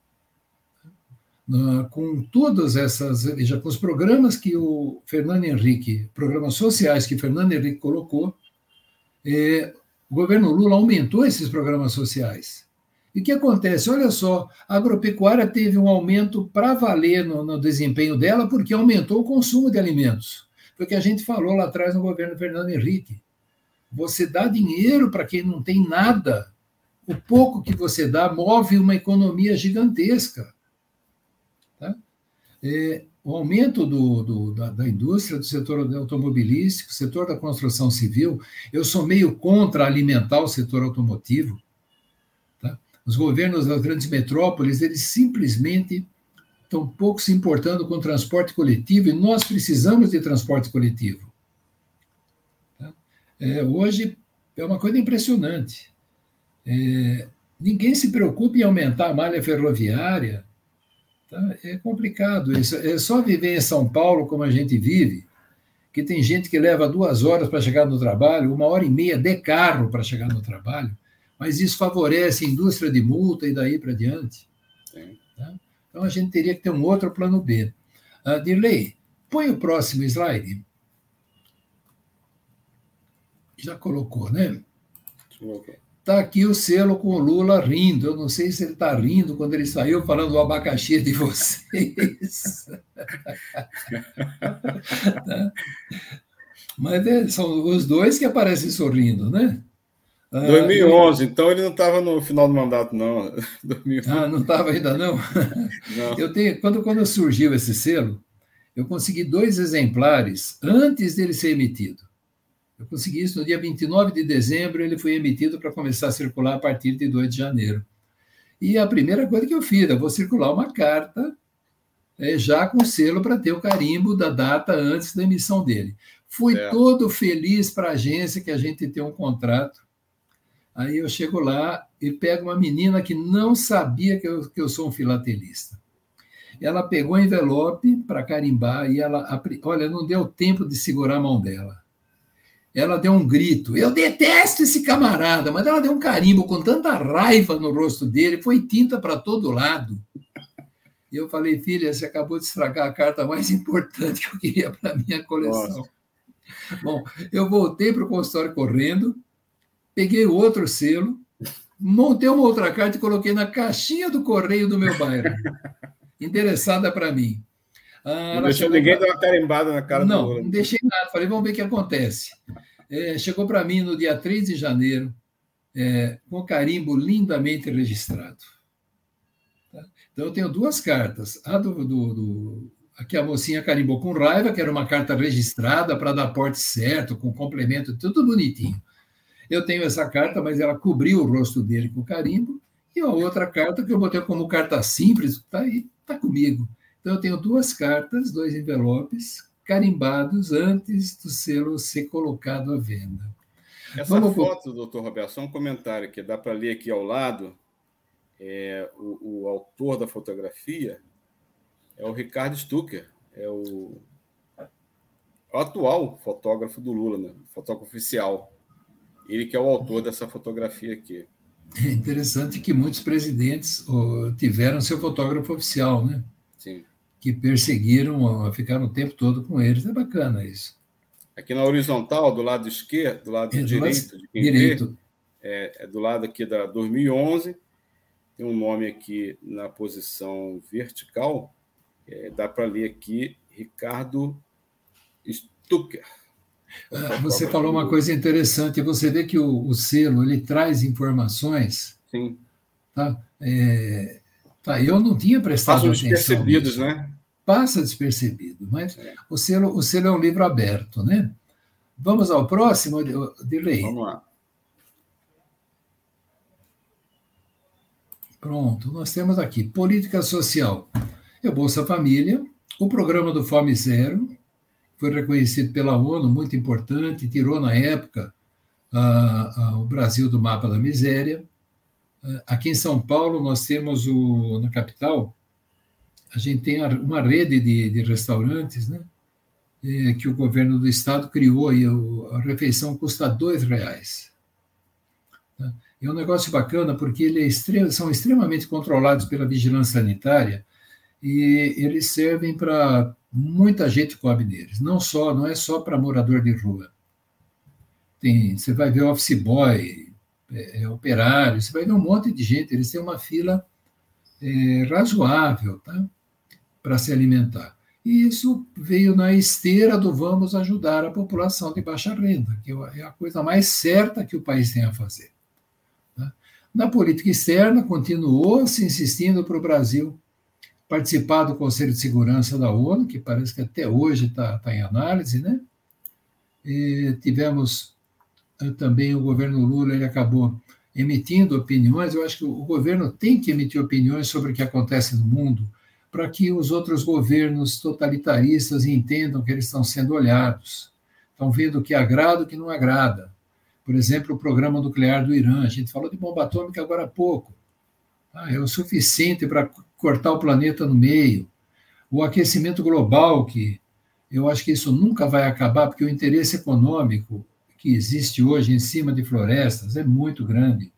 Uh, com todas essas, veja, com os programas que o Fernando Henrique, programas sociais que o Fernando Henrique colocou, eh, o governo Lula aumentou esses programas sociais. E o que acontece? Olha só, a agropecuária teve um aumento para valer no, no desempenho dela, porque aumentou o consumo de alimentos. Foi o que a gente falou lá atrás no governo Fernando Henrique. Você dá dinheiro para quem não tem nada, o pouco que você dá move uma economia gigantesca. Tá? É, o aumento do, do, da, da indústria, do setor automobilístico, setor da construção civil, eu sou meio contra alimentar o setor automotivo. Tá? Os governos das grandes metrópoles, eles simplesmente estão pouco se importando com o transporte coletivo, e nós precisamos de transporte coletivo. Tá? É, hoje é uma coisa impressionante. É, ninguém se preocupa em aumentar a malha ferroviária. Tá? É complicado isso. É só viver em São Paulo como a gente vive, que tem gente que leva duas horas para chegar no trabalho, uma hora e meia de carro para chegar no trabalho, mas isso favorece a indústria de multa e daí para diante. Tá? Então a gente teria que ter um outro plano B. Uh, Dirley, põe o próximo slide. Já colocou, né? Colocou. Está aqui o selo com o Lula rindo. Eu não sei se ele está rindo quando ele saiu falando do abacaxi de vocês. Tá? Mas é, são os dois que aparecem sorrindo, né? dois mil e onze, ah, então ele não estava no final do mandato, não. Ah, não estava ainda, não? Não. Eu tenho, quando, quando surgiu esse selo, eu consegui dois exemplares antes dele ser emitido. Eu consegui isso no dia vinte e nove de dezembro, ele foi emitido para começar a circular a partir de dois de janeiro. E a primeira coisa que eu fiz, eu vou circular uma carta é, já com selo para ter o carimbo da data antes da emissão dele. Fui é. todo feliz para a agência que a gente tem um contrato. Aí eu chego lá e pego uma menina que não sabia que eu, que eu sou um filatelista. Ela pegou o envelope para carimbar e ela, olha, não deu tempo de segurar a mão dela. Ela deu um grito, eu detesto esse camarada, mas ela deu um carimbo com tanta raiva no rosto dele, foi tinta para todo lado. E eu falei, filha, você acabou de estragar a carta mais importante que eu queria para a minha coleção. Nossa. Bom, eu voltei para o consultório correndo, peguei o outro selo, montei uma outra carta e coloquei na caixinha do correio do meu bairro. Interessada para mim. Ah, não deixou ninguém pra... dar uma carimbada na cara não, do Lula. Não, não deixei nada. Falei, vamos ver o que acontece. É, chegou para mim no dia três de janeiro, é, com carimbo lindamente registrado. Tá? Então, eu tenho duas cartas. A do, do, do... Aqui a mocinha carimbou com raiva, que era uma carta registrada para dar porte certo, com complemento, tudo bonitinho. Eu tenho essa carta, mas ela cobriu o rosto dele com carimbo, e a outra carta que eu botei como carta simples, está aí, está comigo. Então, eu tenho duas cartas, dois envelopes, carimbados antes do selo ser colocado à venda. Essa Vamos foto, por... doutor Roberto, só um comentário que dá para ler aqui ao lado. É, o, o autor da fotografia é o Ricardo Stucker, é o, o atual fotógrafo do Lula, né? Fotógrafo oficial. Ele que é o autor dessa fotografia aqui. É interessante que muitos presidentes oh, tiveram seu fotógrafo oficial, né? Sim. Que perseguiram, ficaram o tempo todo com eles. É bacana isso. Aqui na horizontal, do lado esquerdo, do lado é, do direito, lado... de quem direito. Vê, é, é do lado aqui da dois mil e onze, tem um nome aqui na posição vertical, é, dá para ler aqui, Ricardo Stucker. Você falou uma coisa interessante, você vê que o, o selo, ele traz informações. Sim. Tá? É, tá, eu não tinha prestado Passam atenção despercebidos, nisso. né? Passa despercebido, mas é. o, selo, o selo é um livro aberto, né? Vamos ao próximo, Dirley. Vamos lá. Pronto, nós temos aqui política social. É o Bolsa Família, o programa do Fome Zero, foi reconhecido pela ONU, muito importante, tirou na época uh, uh, o Brasil do mapa da miséria. Uh, aqui em São Paulo, nós temos, o, na capital, a gente tem uma rede de, de restaurantes, né, é, que o governo do estado criou, e a refeição custa dois reais. Tá? É um negócio bacana, porque ele é extremo, são extremamente controlados pela vigilância sanitária, e eles servem para muita gente come neles, não só, não é só para morador de rua. Tem, você vai ver office boy, é, é, operário, você vai ver um monte de gente, eles têm uma fila é, razoável, tá? Para se alimentar. E isso veio na esteira do vamos ajudar a população de baixa renda, que é a coisa mais certa que o país tem a fazer. Tá? Na política externa, continuou se insistindo para o Brasil participar do Conselho de Segurança da ONU, que parece que até hoje está tá em análise, né? E tivemos também o governo Lula, ele acabou emitindo opiniões. Eu acho que o governo tem que emitir opiniões sobre o que acontece no mundo, para que os outros governos totalitaristas entendam que eles estão sendo olhados, estão vendo o que agrada e o que não agrada. Por exemplo, o programa nuclear do Irã, a gente falou de bomba atômica agora há pouco. Ah, é o suficiente para cortar o planeta no meio. O aquecimento global, que eu acho que isso nunca vai acabar, porque o interesse econômico que existe hoje em cima de florestas é muito grande.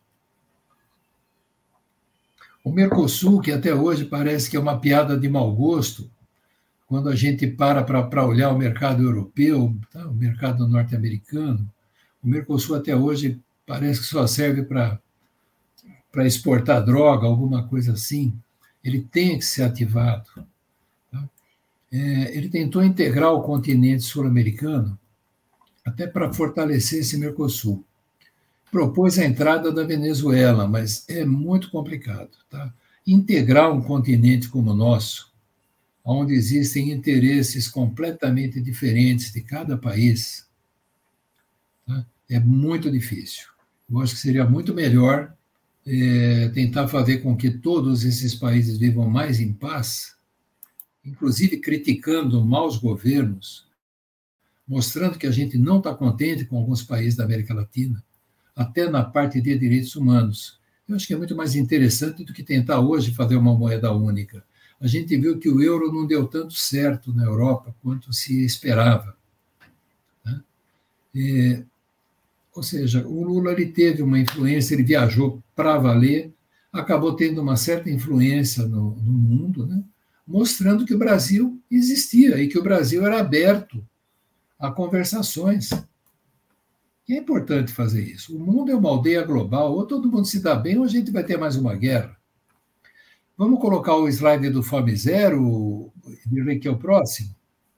O Mercosul, que até hoje parece que é uma piada de mau gosto, quando a gente para para olhar o mercado europeu, tá? O mercado norte-americano, o Mercosul até hoje parece que só serve para para exportar droga, alguma coisa assim. Ele tem que ser ativado. Tá? É, ele tentou integrar o continente sul-americano até para fortalecer esse Mercosul. Propôs a entrada da Venezuela, mas é muito complicado. Tá? Integrar um continente como o nosso, onde existem interesses completamente diferentes de cada país, tá? É muito difícil. Eu acho que seria muito melhor é, tentar fazer com que todos esses países vivam mais em paz, inclusive criticando maus governos, mostrando que a gente não está contente com alguns países da América Latina, até na parte de direitos humanos. Eu acho que é muito mais interessante do que tentar hoje fazer uma moeda única. A gente viu que o euro não deu tanto certo na Europa quanto se esperava. Né? É, ou seja, o Lula ele teve uma influência, ele viajou para valer, acabou tendo uma certa influência no, no mundo, né? Mostrando que o Brasil existia e que o Brasil era aberto a conversações. E é importante fazer isso. O mundo é uma aldeia global, ou todo mundo se dá bem, ou a gente vai ter mais uma guerra. Vamos colocar o slide do Fome Zero, que é o próximo.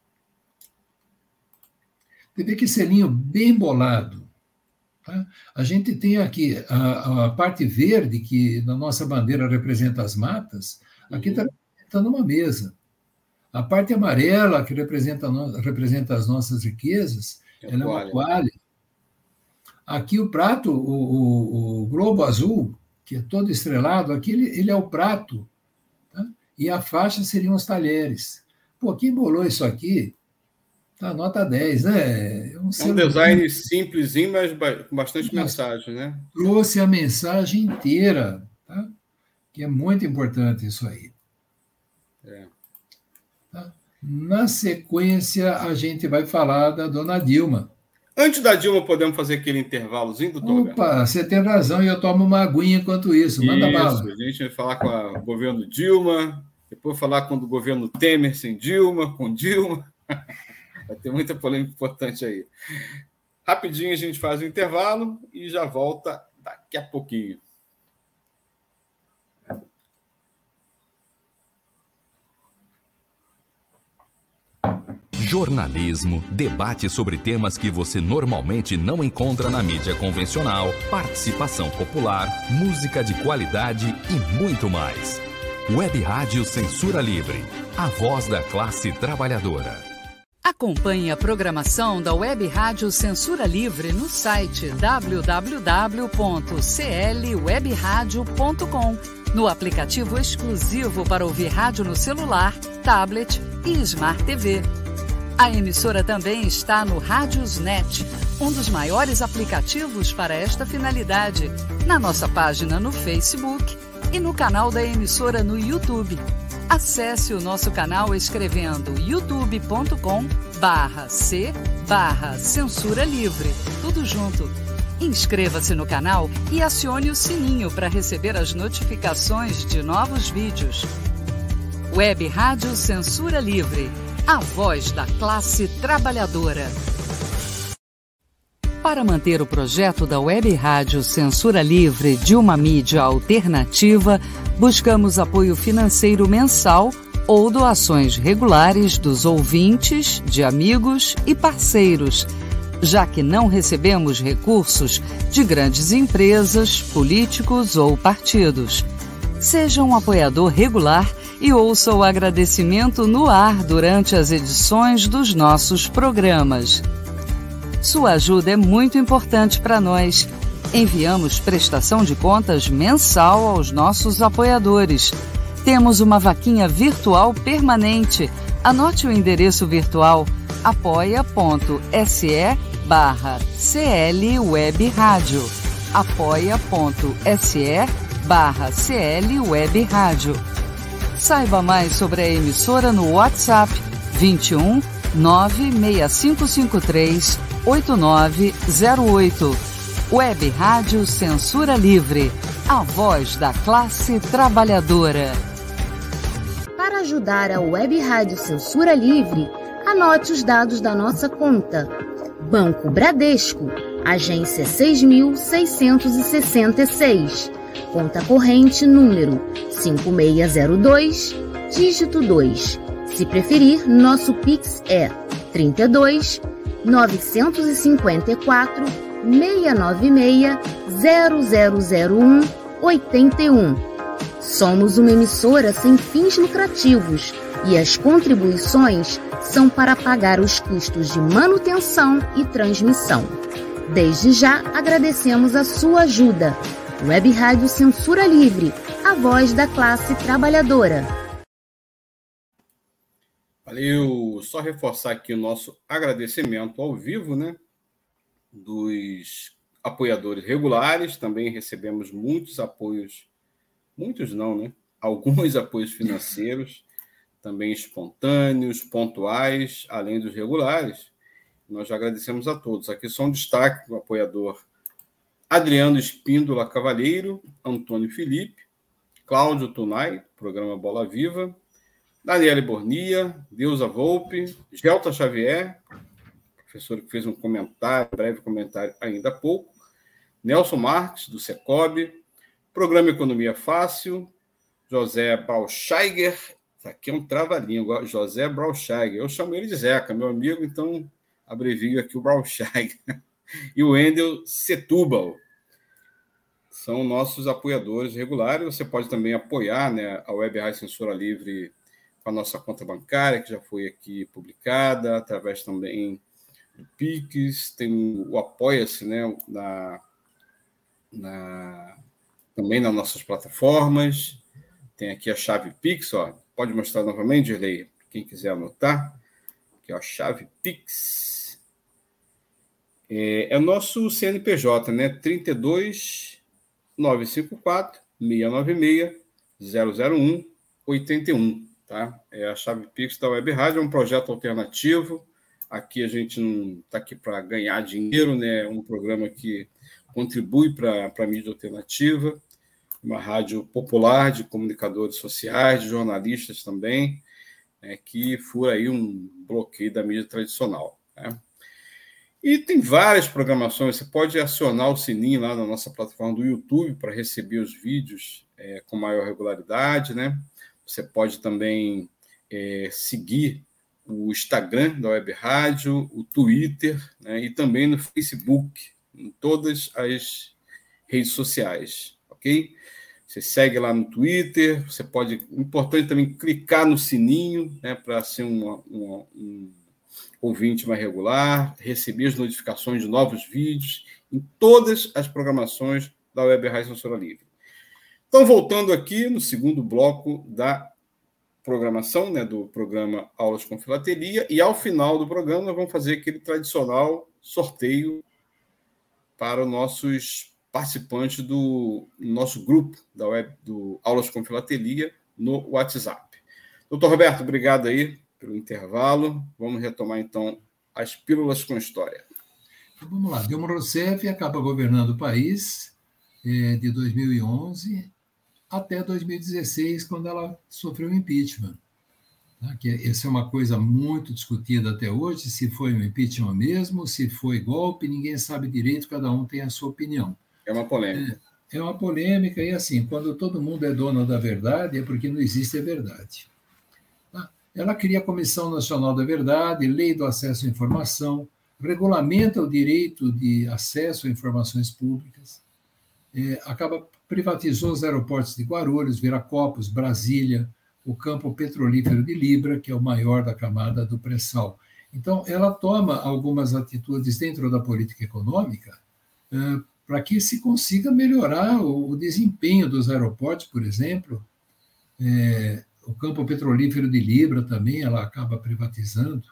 Você vê que selinho bem bolado. Tá? A gente tem aqui a, a parte verde, que na nossa bandeira representa as matas, aqui está representando uma mesa. A parte amarela, que representa, representa as nossas riquezas, é ela é uma toalha. Aqui o prato, o, o, o globo azul, que é todo estrelado, aqui ele, ele é o prato, tá? E a faixa seriam os talheres. Pô, quem bolou isso aqui? Tá, nota dez, né? É um, é um design simplesinho, mas com bastante mas, mensagem, né? Trouxe a mensagem inteira, tá? Que é muito importante isso aí. É. Tá? Na sequência, a gente vai falar da dona Dilma. Antes da Dilma, podemos fazer aquele intervalozinho, doutor? Opa, Roberto? Você tem razão, e eu tomo uma aguinha enquanto isso. Manda isso, bala. A gente vai falar com a, o governo Dilma, depois falar com o governo Temer sem Dilma, com Dilma. Vai ter muita polêmica importante aí. Rapidinho a gente faz o intervalo e já volta daqui a pouquinho. Jornalismo, debate sobre temas que você normalmente não encontra na mídia convencional, participação popular, música de qualidade e muito mais. Web Rádio Censura Livre, a voz da classe trabalhadora. Acompanhe a programação da Web Rádio Censura Livre no site w w w ponto c l web radio ponto com, no aplicativo exclusivo para ouvir rádio no celular, tablet e Smart T V. A emissora também está no Radiosnet, um dos maiores aplicativos para esta finalidade, na nossa página no Facebook e no canal da emissora no YouTube. Acesse o nosso canal escrevendo youtube ponto com barra c barra censura livre, tudo junto. Inscreva-se no canal e acione o sininho para receber as notificações de novos vídeos. Web Rádio Censura Livre, a voz da classe trabalhadora. Para manter o projeto da Web Rádio Censura Livre de uma mídia alternativa, buscamos apoio financeiro mensal ou doações regulares dos ouvintes, de amigos e parceiros, já que não recebemos recursos de grandes empresas, políticos ou partidos. Seja um apoiador regular e ouça o agradecimento no ar durante as edições dos nossos programas. Sua ajuda é muito importante para nós. Enviamos prestação de contas mensal aos nossos apoiadores. Temos uma vaquinha virtual permanente. Anote o endereço virtual apoia ponto se barra cl web rádio. apoia ponto se barra cl web rádio. Saiba mais sobre a emissora no WhatsApp vinte e um, nove seis cinco cinco três, oito nove zero oito. Web Rádio Censura Livre, a voz da classe trabalhadora. Para ajudar a Web Rádio Censura Livre, anote os dados da nossa conta. Banco Bradesco, agência seis mil seiscentos e sessenta e seis, conta corrente número cinco seis zero dois, dígito dois. Se preferir, nosso Pix é trinta e dois, novecentos e cinquenta e quatro, seiscentos e noventa e seis, zero zero zero um, oitenta e um. Somos uma emissora sem fins lucrativos e as contribuições são para pagar os custos de manutenção e transmissão. Desde já agradecemos a sua ajuda. Web Rádio Censura Livre, a voz da classe trabalhadora. Valeu! Só reforçar aqui o nosso agradecimento ao vivo, né? Dos apoiadores regulares. Também recebemos muitos apoios, muitos não, né? Alguns apoios financeiros, também espontâneos, pontuais, além dos regulares. Nós já agradecemos a todos. Aqui só um destaque do apoiador Adriano Espíndola Cavalheiro, Antônio Felipe, Cláudio Tunai, programa Bola Viva, Daniele Bornia, Deusa Volpe, Gelta Xavier, professora que fez um comentário, um breve comentário ainda há pouco. Nelson Marques, do Secob. Programa Economia Fácil. José Braunschweiger. Aqui é um trava-língua. José Braunschweiger. Eu chamo ele de Zeca, meu amigo, então abrevio aqui o Braunschweiger. E o Wendel Setúbal. São nossos apoiadores regulares. Você pode também apoiar, né, a Web Rádio Censura Livre com a nossa conta bancária, que já foi aqui publicada, através também do Pix, tem o Apoia-se, né, na, na, também nas nossas plataformas. Tem aqui a chave Pix, ó. Pode mostrar novamente, Dirley, quem quiser anotar. Aqui, ó, a chave Pix. É, é o nosso C N P J, né? trinta e dois, novecentos e cinquenta e quatro, seiscentos e noventa e seis, zero zero um, oitenta e um, tá? É a chave Pix da Web Rádio, é um projeto alternativo. Aqui a gente não está aqui para ganhar dinheiro, né? É um programa que contribui para a mídia alternativa, uma rádio popular de comunicadores sociais, de jornalistas também, né, que fura aí um bloqueio da mídia tradicional, né? E tem várias programações. Você pode acionar o sininho lá na nossa plataforma do YouTube para receber os vídeos é, com maior regularidade, né? Você pode também é, seguir o Instagram da Web Rádio, o Twitter, né? E também no Facebook, em todas as redes sociais, ok? Você segue lá no Twitter, você pode... Importante também clicar no sininho, né, para ser uma, uma, um ouvinte mais regular, receber as notificações de novos vídeos em todas as programações da Web Rádio Censura Livre. Então, voltando aqui no segundo bloco da programação, né, do programa Aulas com Filatelia, e ao final do programa nós vamos fazer aquele tradicional sorteio para os nossos participantes do nosso grupo da web, do Aulas com Filatelia no WhatsApp. Doutor Roberto, obrigado aí pelo intervalo. Vamos retomar, então, as pílulas com história. Vamos lá. Dilma Rousseff acaba governando o país é, de dois mil e onze até dois mil e dezesseis, quando ela sofreu o impeachment. Tá? Que essa é uma coisa muito discutida até hoje, se foi um impeachment mesmo, se foi golpe, ninguém sabe direito, cada um tem a sua opinião. É uma polêmica. É, é uma polêmica, e assim, quando todo mundo é dono da verdade, é porque não existe a verdade. Ela cria a Comissão Nacional da Verdade, Lei do Acesso à Informação, regulamenta o direito de acesso a informações públicas, é, acaba privatizou os aeroportos de Guarulhos, Viracopos, Brasília, o campo petrolífero de Libra, que é o maior da camada do pré-sal. Então, ela toma algumas atitudes dentro da política econômica é, para que se consiga melhorar o, o desempenho dos aeroportos, por exemplo. É, o campo petrolífero de Libra também ela acaba privatizando.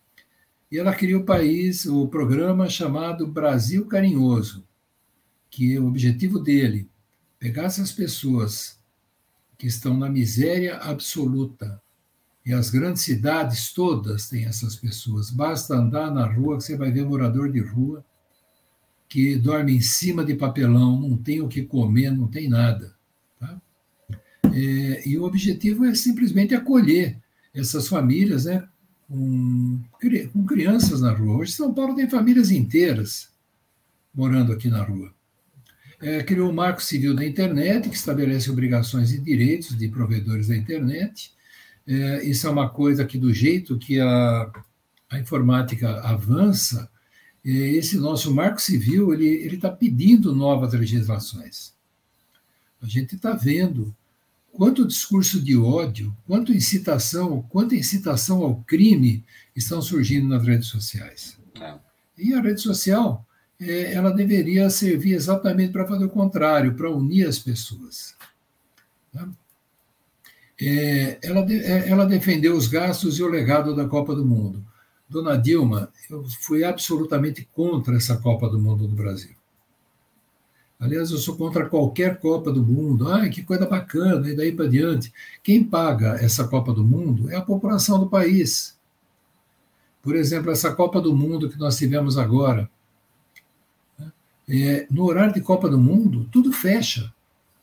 E ela cria o país, o programa chamado Brasil Carinhoso, que o objetivo dele pegar essas pessoas que estão na miséria absoluta, e as grandes cidades todas têm essas pessoas. Basta andar na rua que você vai ver morador de rua que dorme em cima de papelão, não tem o que comer, não tem nada. Tá? É, e o objetivo é simplesmente acolher essas famílias, né, com, com crianças na rua. Hoje, São Paulo tem famílias inteiras morando aqui na rua. É, criou o Marco Civil da Internet, que estabelece obrigações e direitos de provedores da internet. É, isso é uma coisa que, do jeito que a, a informática avança, é, esse nosso Marco Civil ele ele está pedindo novas legislações. A gente está vendo quanto discurso de ódio, quanto incitação, quanta incitação ao crime estão surgindo nas redes sociais. É. E a rede social, é, ela deveria servir exatamente para fazer o contrário, para unir as pessoas. Tá? É, ela, de, ela defendeu os gastos e o legado da Copa do Mundo. Dona Dilma, eu fui absolutamente contra essa Copa do Mundo no Brasil. Aliás, eu sou contra qualquer Copa do Mundo. Ai, que coisa bacana, e daí para diante. Quem paga essa Copa do Mundo é a população do país. Por exemplo, essa Copa do Mundo que nós tivemos agora. É, no horário de Copa do Mundo, tudo fecha.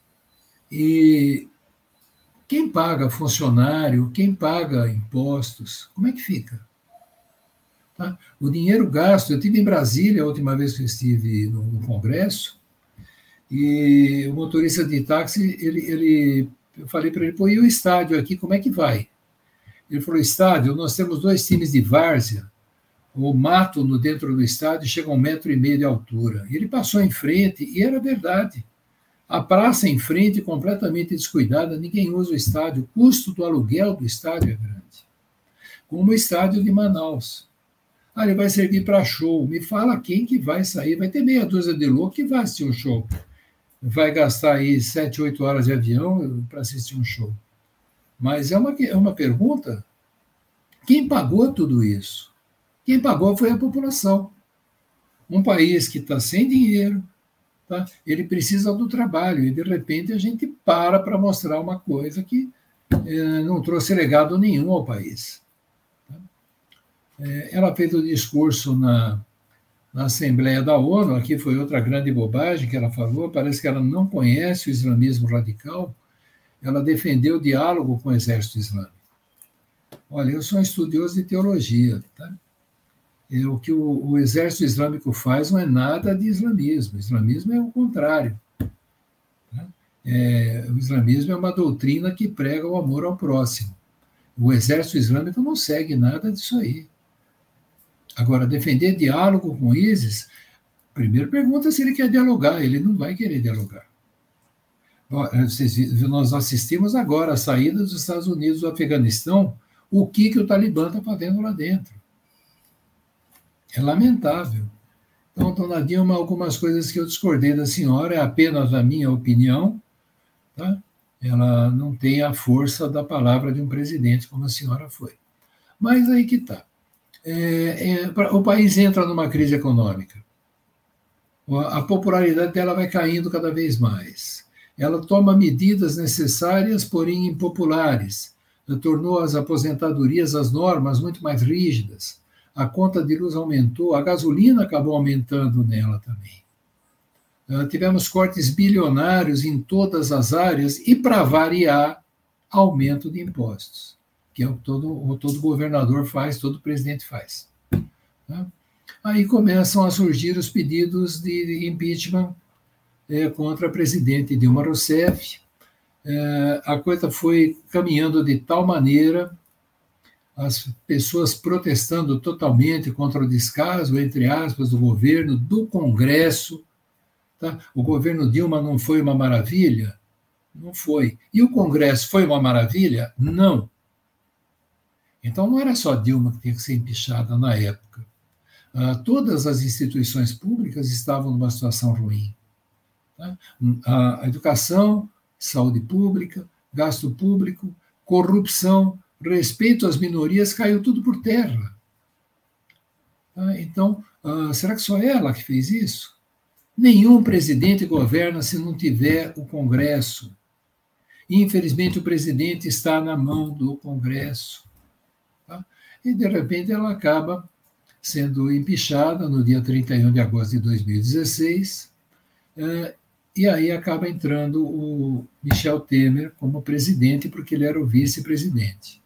E quem paga funcionário, quem paga impostos, como é que fica? Tá? O dinheiro gasto, eu estive em Brasília a última vez que eu estive no, no Congresso, e o motorista de táxi, ele, ele, eu falei para ele, pô, e o estádio aqui, como é que vai? Ele falou, estádio, nós temos dois times de várzea, o mato no dentro do estádio chega a um metro e meio de altura. E ele passou em frente, e era verdade. A praça em frente, completamente descuidada, ninguém usa o estádio, o custo do aluguel do estádio é grande. Como o estádio de Manaus. Ah, ele vai servir para show. Me fala quem que vai sair. Vai ter meia dúzia de louco que vai assistir um show. Vai gastar aí sete, oito horas de avião para assistir um show. Mas é uma, é uma pergunta, quem pagou tudo isso? Quem pagou foi a população. Um país que está sem dinheiro, tá? Ele precisa do trabalho, e de repente a gente para para mostrar uma coisa que eh, não trouxe legado nenhum ao país. Tá? Eh, ela fez o discurso na, na Assembleia da ONU, aqui foi outra grande bobagem que ela falou, parece que ela não conhece o islamismo radical, ela defendeu o diálogo com o exército islâmico. Olha, eu sou um estudioso de teologia, tá? E o que o, o exército islâmico faz não é nada de islamismo. O islamismo é o contrário. Tá? É, o islamismo é uma doutrina que prega o amor ao próximo. O exército islâmico não segue nada disso aí. Agora, defender diálogo com ISIS, primeiro pergunta se ele quer dialogar. Ele não vai querer dialogar. Nós assistimos agora a saída dos Estados Unidos do Afeganistão, o que, que o Talibã está fazendo lá dentro. É lamentável. Então, dona Dilma, algumas coisas que eu discordei da senhora, é apenas a minha opinião, tá? Ela não tem a força da palavra de um presidente, como a senhora foi. Mas aí que está. É, é, o país entra numa crise econômica. A popularidade dela vai caindo cada vez mais. Ela toma medidas necessárias, porém impopulares. Ela tornou as aposentadorias, as normas, muito mais rígidas. A conta de luz aumentou, a gasolina acabou aumentando nela também. Uh, tivemos cortes bilionários em todas as áreas e, para variar, aumento de impostos, que é o que todo, o todo governador faz, todo presidente faz. Tá? Aí começam a surgir os pedidos de impeachment eh, contra a presidente Dilma Rousseff. Eh, a coisa foi caminhando de tal maneira, as pessoas protestando totalmente contra o descaso, entre aspas, do governo, do Congresso. Tá? O governo Dilma não foi uma maravilha? Não foi. E o Congresso foi uma maravilha? Não. Então, não era só Dilma que tinha que ser empichada na época. Ah, todas as instituições públicas estavam numa situação ruim. Tá? A educação, saúde pública, gasto público, corrupção, respeito às minorias, caiu tudo por terra. Tá? Então, uh, será que só ela que fez isso? Nenhum presidente governa se não tiver o Congresso. Infelizmente, o presidente está na mão do Congresso. Tá? E, de repente, ela acaba sendo empichada no dia trinta e um de agosto de dois mil e dezesseis, uh, e aí acaba entrando o Michel Temer como presidente, porque ele era o vice-presidente.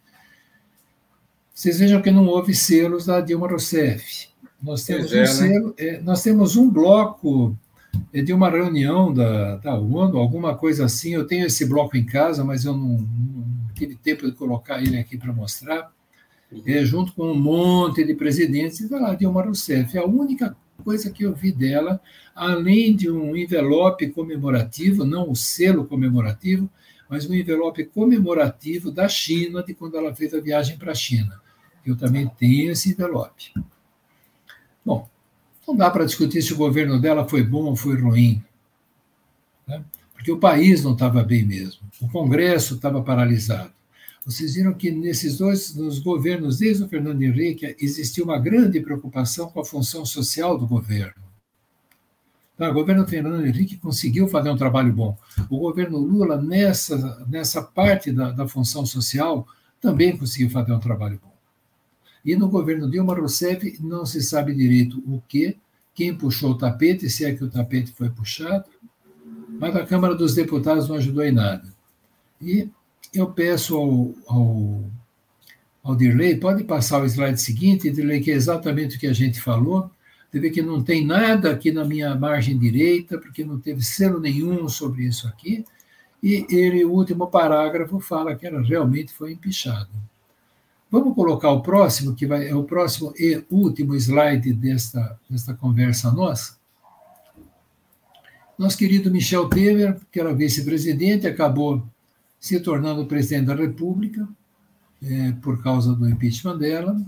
Vocês vejam que não houve selos da Dilma Rousseff. Nós temos, é, um, selo, né? é, nós temos um bloco de uma reunião da, da ONU, alguma coisa assim. Eu tenho esse bloco em casa, mas eu não, não tive tempo de colocar ele aqui para mostrar. É, junto com um monte de presidentes, e vai lá, Dilma Rousseff. A única coisa que eu vi dela, além de um envelope comemorativo, não o selo comemorativo, mas um envelope comemorativo da China, de quando ela fez a viagem para a China. Eu também tenho esse envelope. Bom, não dá para discutir se o governo dela foi bom ou foi ruim, né? Porque o país não estava bem mesmo. O Congresso estava paralisado. Vocês viram que nesses dois nos governos, desde o Fernando Henrique, existia uma grande preocupação com a função social do governo. Tá, o governo Fernando Henrique conseguiu fazer um trabalho bom. O governo Lula, nessa, nessa parte da, da função social, também conseguiu fazer um trabalho bom. E no governo Dilma Rousseff não se sabe direito o quê, quem puxou o tapete, se é que o tapete foi puxado, mas a Câmara dos Deputados não ajudou em nada. E eu peço ao, ao, ao Dirley. Pode passar o slide seguinte, Dirley, que é exatamente o que a gente falou. Você vê que não tem nada aqui na minha margem direita, porque não teve selo nenhum sobre isso aqui. E ele, o último parágrafo, fala que ela realmente foi empichada. Vamos colocar o próximo, que vai, é o próximo e último slide desta, desta conversa nossa. Nosso querido Michel Temer, que era vice-presidente, acabou se tornando presidente da República, é, por causa do impeachment dela.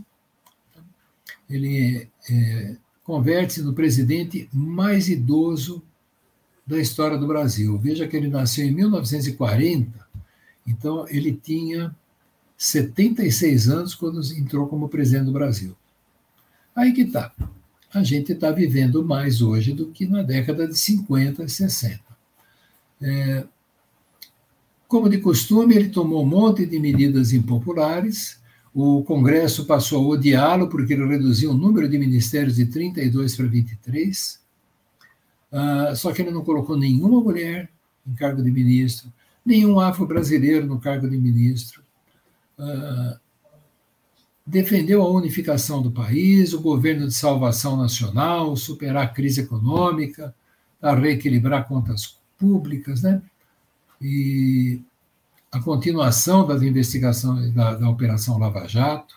Ele é, converte-se no presidente mais idoso da história do Brasil. Veja que ele nasceu em mil novecentos e quarenta, então ele tinha setenta e seis anos quando entrou como presidente do Brasil. Aí que está. A gente está vivendo mais hoje do que na década de cinquenta e sessenta. É, como de costume, ele tomou um monte de medidas impopulares. O Congresso passou a odiá-lo porque ele reduziu o número de ministérios de trinta e dois para vinte e três. Uh, só que ele não colocou nenhuma mulher em cargo de ministro, nenhum afro-brasileiro no cargo de ministro. Uh, defendeu a unificação do país, o governo de salvação nacional, superar a crise econômica, a reequilibrar contas públicas, né? E a continuação das investigações da, da Operação Lava Jato.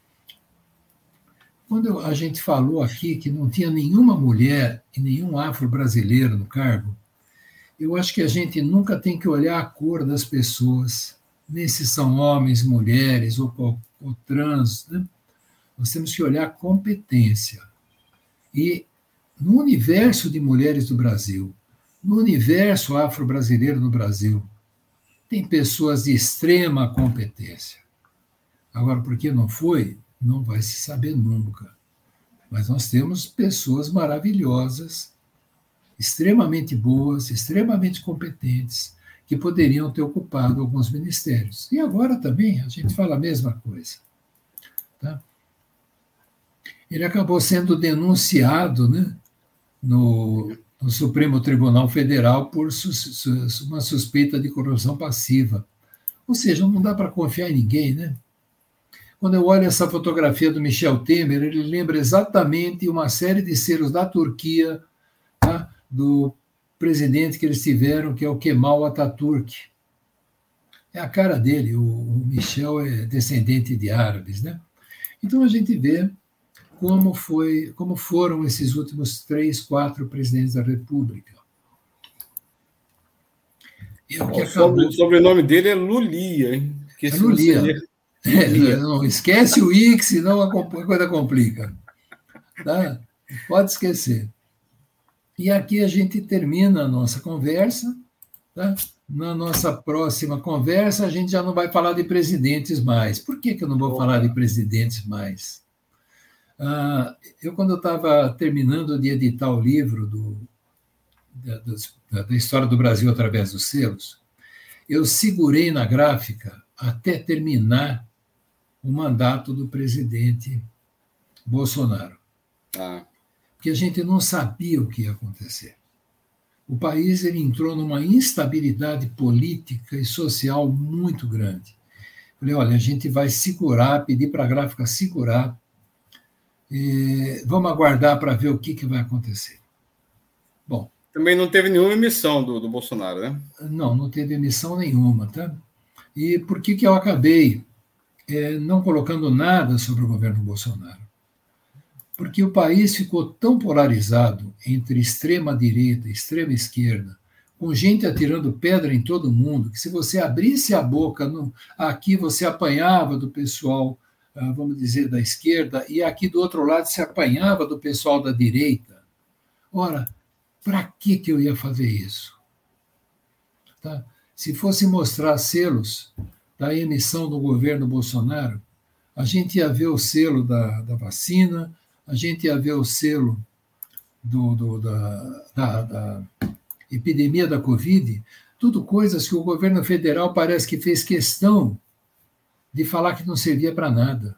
Quando a gente falou aqui que não tinha nenhuma mulher e nenhum afro-brasileiro no cargo, eu acho que a gente nunca tem que olhar a cor das pessoas, nem se são homens, mulheres ou, ou, ou trans, né? Nós temos que olhar a competência. E no universo de mulheres do Brasil, no universo afro-brasileiro no Brasil, tem pessoas de extrema competência. Agora, por que não foi? Não vai se saber nunca. Mas nós temos pessoas maravilhosas, extremamente boas, extremamente competentes, que poderiam ter ocupado alguns ministérios. E agora também a gente fala a mesma coisa. Tá? Ele acabou sendo denunciado, né, no, no Supremo Tribunal Federal por su, su, uma suspeita de corrupção passiva. Ou seja, não dá para confiar em ninguém, né? Quando eu olho essa fotografia do Michel Temer, ele lembra exatamente uma série de selos da Turquia, tá? Do presidente que eles tiveram, que é o Kemal Atatürk. É a cara dele, o, o Michel é descendente de árabes, né? Então a gente vê como, foi, como foram esses últimos três, quatro presidentes da República. E o que acabou... O sobrenome dele é Lulia, hein? É Lulia. Seria... É, não, esquece o I, senão a coisa complica. Tá? Pode esquecer. E aqui a gente termina a nossa conversa. Tá? Na nossa próxima conversa, a gente já não vai falar de presidentes mais. Por que, que eu não vou falar de presidentes mais? Ah, eu, quando eu estava terminando de editar o livro do, da, da história do Brasil através dos selos, eu segurei na gráfica até terminar o mandato do presidente Bolsonaro. Ah. Porque a gente não sabia o que ia acontecer. O país ele entrou numa instabilidade política e social muito grande. Falei, olha, a gente vai segurar, pedir para a gráfica segurar, e vamos aguardar para ver o que, que vai acontecer. Bom. Também não teve nenhuma emissão do, do Bolsonaro, né? Não, não teve emissão nenhuma, tá? E por que, que eu acabei é, não colocando nada sobre o governo Bolsonaro? Porque o país ficou tão polarizado entre extrema-direita e extrema-esquerda, com gente atirando pedra em todo mundo, que se você abrisse a boca, no, aqui você apanhava do pessoal, vamos dizer, da esquerda, e aqui do outro lado se apanhava do pessoal da direita. Ora, para que, que eu ia fazer isso? Tá? Se fosse mostrar selos da emissão do governo Bolsonaro, a gente ia ver o selo da, da vacina, a gente ia ver o selo do, do, da, da, da epidemia da Covid, tudo coisas que o governo federal parece que fez questão de falar que não servia para nada.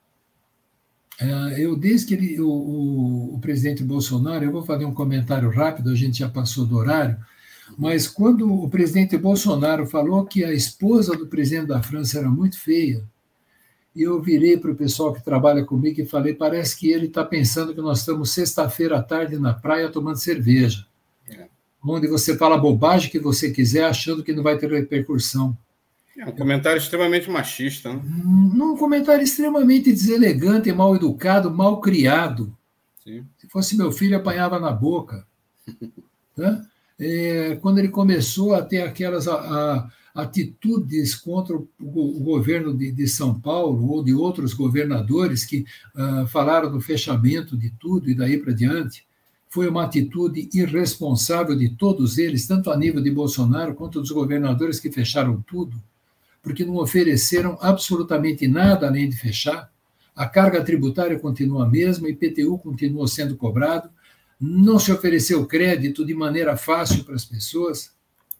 Eu, desde que ele, o, o, o presidente Bolsonaro, eu vou fazer um comentário rápido, a gente já passou do horário, mas quando o presidente Bolsonaro falou que a esposa do presidente da França era muito feia, e eu virei para o pessoal que trabalha comigo e falei, parece que ele está pensando que nós estamos sexta-feira à tarde na praia tomando cerveja, é. onde você fala a bobagem que você quiser, achando que não vai ter repercussão. É um comentário extremamente machista. Né? Um comentário extremamente deselegante, mal educado, mal criado. Sim. Se fosse meu filho, apanhava na boca. Tá? É, quando ele começou a ter aquelas a, a, atitudes contra o, o governo de, de São Paulo ou de outros governadores que uh, falaram do fechamento de tudo e daí para diante, foi uma atitude irresponsável de todos eles, tanto a nível de Bolsonaro quanto dos governadores que fecharam tudo, porque não ofereceram absolutamente nada além de fechar. A carga tributária continua a mesma, I P T U continua sendo cobrado, não se ofereceu crédito de maneira fácil para as pessoas.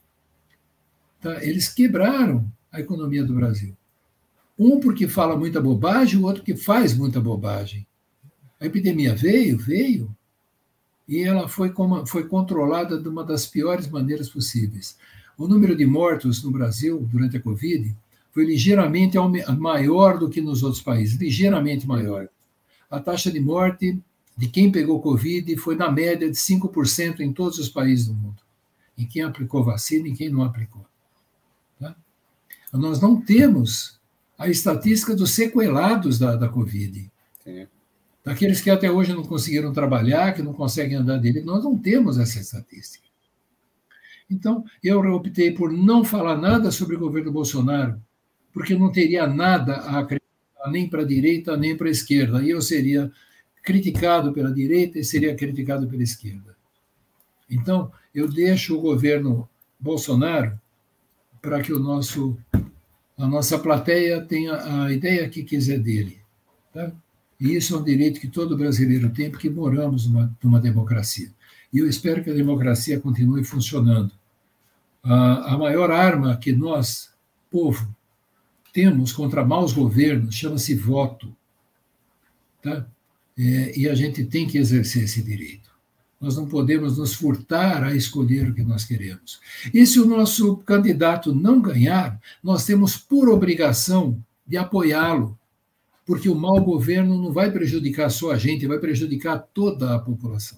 Tá? Eles quebraram a economia do Brasil. Um porque fala muita bobagem, o outro que faz muita bobagem. A epidemia veio, veio, e ela foi, como, foi controlada de uma das piores maneiras possíveis. O número de mortos no Brasil durante a Covid foi ligeiramente maior do que nos outros países, ligeiramente maior. A taxa de morte de quem pegou Covid foi na média de cinco por cento em todos os países do mundo, em quem aplicou vacina e quem não aplicou. Tá? Nós não temos a estatística dos sequelados da, da Covid. Sim. Daqueles que até hoje não conseguiram trabalhar, que não conseguem andar direito, nós não temos essa estatística. Então, eu optei por não falar nada sobre o governo Bolsonaro, porque não teria nada a acreditar nem para a direita, nem para a esquerda. E eu seria criticado pela direita e seria criticado pela esquerda. Então, eu deixo o governo Bolsonaro para que o nosso, a nossa plateia tenha a ideia que quiser dele. Tá? E isso é um direito que todo brasileiro tem, porque moramos numa, numa democracia. E eu espero que a democracia continue funcionando. A, a maior arma que nós, povo, temos contra maus governos chama-se voto. Tá? É, e a gente tem que exercer esse direito. Nós não podemos nos furtar a escolher o que nós queremos. E se o nosso candidato não ganhar, nós temos por obrigação de apoiá-lo, porque o mau governo não vai prejudicar só a gente, vai prejudicar toda a população.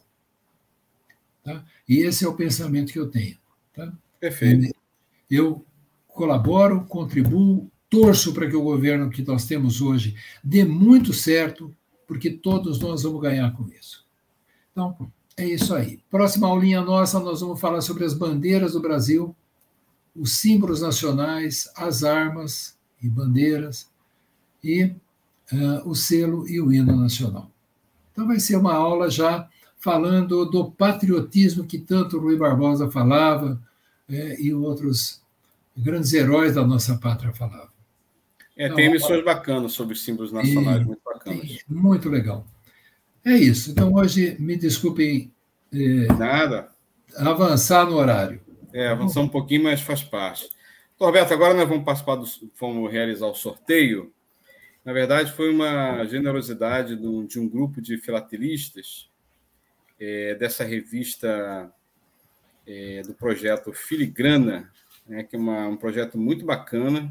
Tá? E esse é o pensamento que eu tenho. Tá? Perfeito. Eu colaboro, contribuo, torço para que o governo que nós temos hoje dê muito certo, porque todos nós vamos ganhar com isso. Então, é isso aí. Próxima aulinha nossa, nós vamos falar sobre as bandeiras do Brasil, os símbolos nacionais, as armas e bandeiras, e uh, o selo e o hino nacional. Então, vai ser uma aula já falando do patriotismo que tanto Rui Barbosa falava, é, e outros grandes heróis da nossa pátria falavam. É, tem emissões bacanas sobre símbolos nacionais, e, muito bacanas. Muito legal. É isso. Então, hoje, me desculpem é, Nada. avançar no horário. É, avançar um pouquinho, mas faz parte. Então, Roberto, agora nós vamos participar do, vamos realizar o sorteio. Na verdade, foi uma generosidade do, de um grupo de filatelistas é, dessa revista é, do projeto Filigrana, né, que é uma, um projeto muito bacana.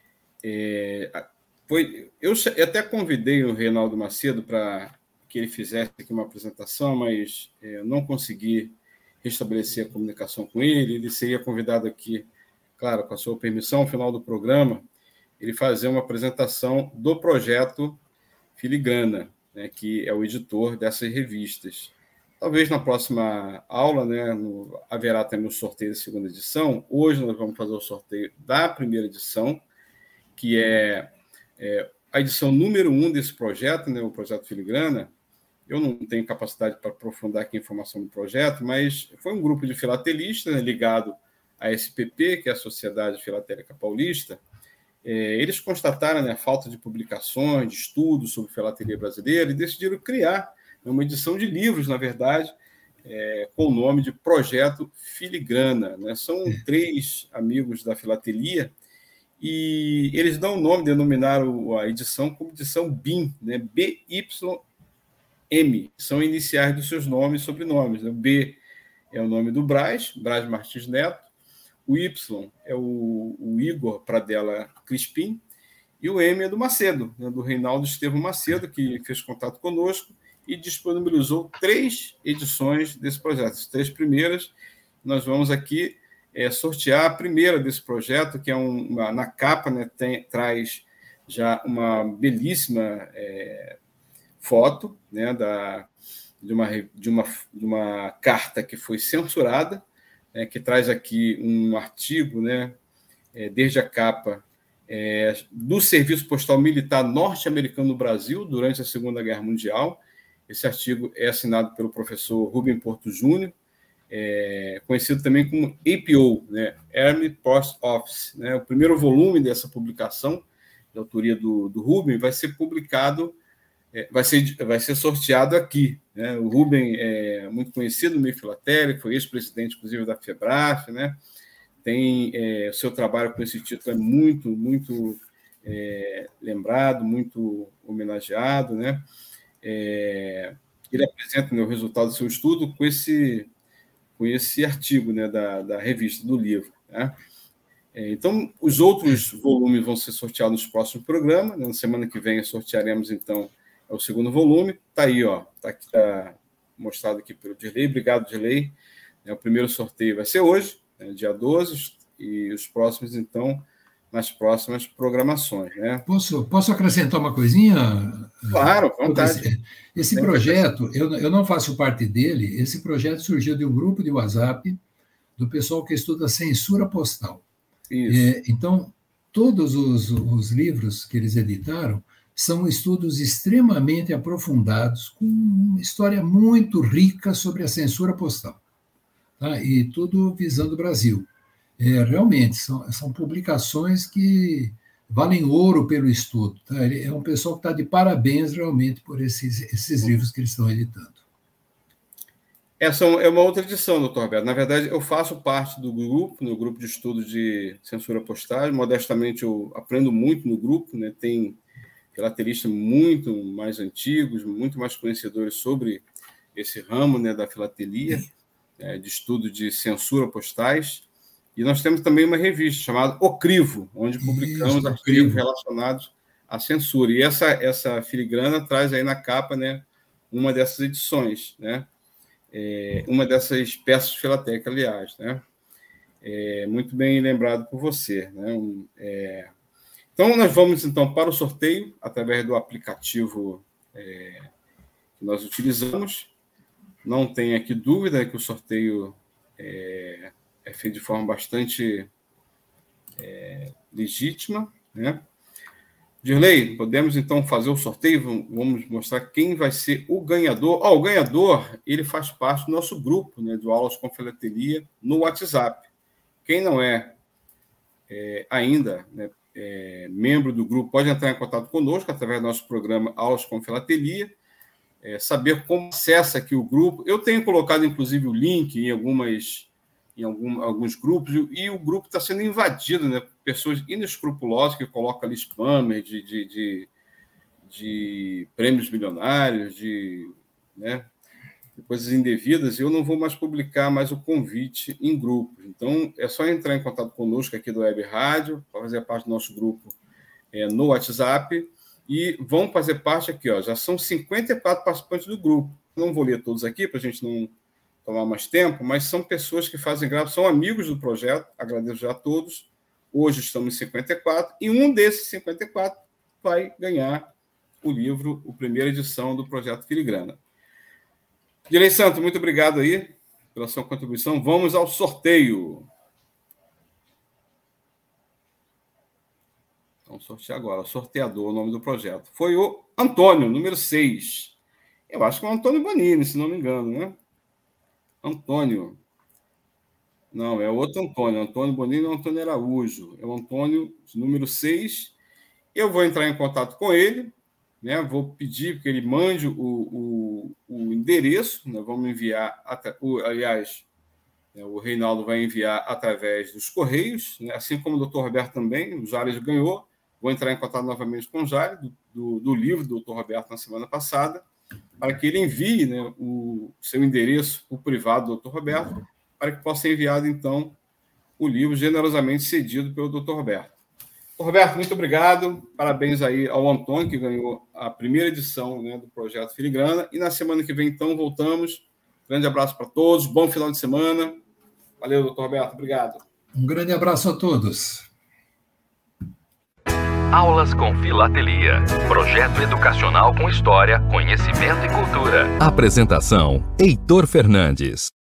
É, foi, eu até convidei o Reinaldo Macedo para que ele fizesse aqui uma apresentação, mas é, não consegui restabelecer a comunicação com ele. Ele seria convidado aqui, claro, com a sua permissão, ao final do programa, ele fazer uma apresentação do projeto Filigrana, né, que é o editor dessas revistas. Talvez na próxima aula, né, no, haverá também o sorteio da segunda edição. Hoje nós vamos fazer o sorteio da primeira edição, que é, é a edição número um desse projeto, né, o projeto Filigrana. Eu não tenho capacidade para aprofundar aqui a informação do projeto, mas foi um grupo de filatelistas, né, ligado à S P P, que é a Sociedade Filatélica Paulista. É, eles constataram, né, a falta de publicações, de estudos sobre filatelia brasileira e decidiram criar uma edição de livros, na verdade, é, com o nome de Projeto Filigrana. Né? São três amigos da filatelia e eles dão o nome, denominaram a edição como edição B I M, né? B Y M, são iniciais dos seus nomes e sobrenomes. Né? O B é o nome do Braz, Braz Martins Neto, o Y é o, o Igor Pradella Crispim, E o M é do Macedo, né, do Reinaldo Estevão Macedo, que fez contato conosco e disponibilizou três edições desse projeto. As três primeiras, nós vamos aqui é, sortear a primeira desse projeto, que é um, uma, na capa, né, tem, traz já uma belíssima é, foto, né, da, de, uma, de, uma, de uma carta que foi censurada, né, que traz aqui um artigo, né, é, desde a capa, É, do Serviço Postal Militar Norte-Americano no Brasil durante a Segunda Guerra Mundial. Esse artigo é assinado pelo professor Rubem Porto Júnior, é, conhecido também como A P O, né, Army Post Office. Né, o primeiro volume dessa publicação, de autoria do, do Rubem, vai ser publicado, é, vai, ser, vai ser sorteado aqui. Né. O Rubem é muito conhecido no meio filatélico, foi ex-presidente, inclusive, da FEBRAF, né. Tem é, o seu trabalho com esse título é muito, muito é, lembrado, muito homenageado, né? É, ele apresenta, né, o resultado do seu estudo com esse, com esse artigo, né, da, da revista, do livro. Né? É, então, os outros volumes vão ser sorteados nos próximos programas. Né? Na semana que vem sortearemos, então, o segundo volume. Está aí, ó, está tá mostrado aqui pelo Dirley. Obrigado, Dirley. É, o primeiro sorteio vai ser hoje, dia doze, e os próximos, então, nas próximas programações. Né? Posso, posso acrescentar uma coisinha? Claro, à vontade. Esse, esse projeto, eu, eu não faço parte dele, esse projeto surgiu de um grupo de WhatsApp do pessoal que estuda censura postal. É, então, todos os, os livros que eles editaram são estudos extremamente aprofundados, com uma história muito rica sobre a censura postal. Tá? E tudo visando o Brasil. É, realmente, são, são publicações que valem ouro pelo estudo. Tá? É um pessoal que está de parabéns, realmente, por esses, esses livros que eles estão editando. Essa é uma outra edição, doutor Roberto. Na verdade, eu faço parte do grupo, no grupo de estudo de censura postal. Modestamente, eu aprendo muito no grupo. Né? Tem filatelistas muito mais antigos, muito mais conhecedores sobre esse ramo, né, da filatelia. De estudo de censura postais, e nós temos também uma revista chamada O Crivo, onde publicamos Isso, artigos relacionados à censura. E essa, essa filigrana traz aí na capa, né, uma dessas edições, né, é, uma dessas peças filatélicas, aliás. Né, é, muito bem lembrado por você. Né, um, é... Então, nós vamos então para o sorteio, através do aplicativo é, que nós utilizamos. Não tem aqui dúvida que o sorteio é, é feito de forma bastante é, legítima. Né? Dirley, podemos então fazer o sorteio? Vamos mostrar quem vai ser o ganhador. Oh, o ganhador, ele faz parte do nosso grupo, né, do Aulas com Filatelia no WhatsApp. Quem não é, é ainda né, é, membro do grupo, pode entrar em contato conosco através do nosso programa Aulas com Filatelia. É, saber como acessa aqui o grupo. Eu tenho colocado, inclusive, o link em, algumas, em algum, alguns grupos, e o grupo está sendo invadido, né, por pessoas inescrupulosas que colocam ali spammer de, de, de, de prêmios milionários, de, né, de coisas indevidas, e eu não vou mais publicar mais o convite em grupos. Então, é só entrar em contato conosco aqui do Web Rádio, para fazer parte do nosso grupo é, no WhatsApp. E vão fazer parte aqui, ó, já são cinquenta e quatro participantes do grupo. Não vou ler todos aqui para a gente não tomar mais tempo, mas são pessoas que fazem gravação, são amigos do projeto, agradeço já a todos. Hoje estamos em cinquenta e quatro, e um desses cinquenta e quatro vai ganhar o livro, a primeira edição do Projeto Filigrana. Dirley Santos, muito obrigado aí pela sua contribuição. Vamos ao sorteio. Vamos sortear agora. O sorteador, o nome do projeto. Foi o Antônio, número seis. Eu acho que é o Antônio Bonini, se não me engano, né? Antônio. Não, é outro Antônio. Antônio Bonini é o Antônio Araújo. É o Antônio, número seis. Eu vou entrar em contato com ele, né? Vou pedir que ele mande o, o, o endereço. Nós vamos enviar, o, aliás, o Reinaldo vai enviar através dos Correios, né? Assim como o doutor Roberto também, o Jales ganhou. Vou entrar em contato novamente com o Jales, do, do, do livro do doutor Roberto na semana passada, para que ele envie, né, o seu endereço, o privado do doutor Roberto, para que possa ser enviado, então, o livro generosamente cedido pelo doutor Roberto. Roberto, muito obrigado. Parabéns aí ao Antônio, que ganhou a primeira edição, né, do Projeto Filigrana. E na semana que vem, então, voltamos. Grande abraço para todos. Bom final de semana. Valeu, doutor Roberto. Obrigado. Um grande abraço a todos. Aulas com Filatelia. Projeto educacional com história, conhecimento e cultura. Apresentação: Heitor Fernandes.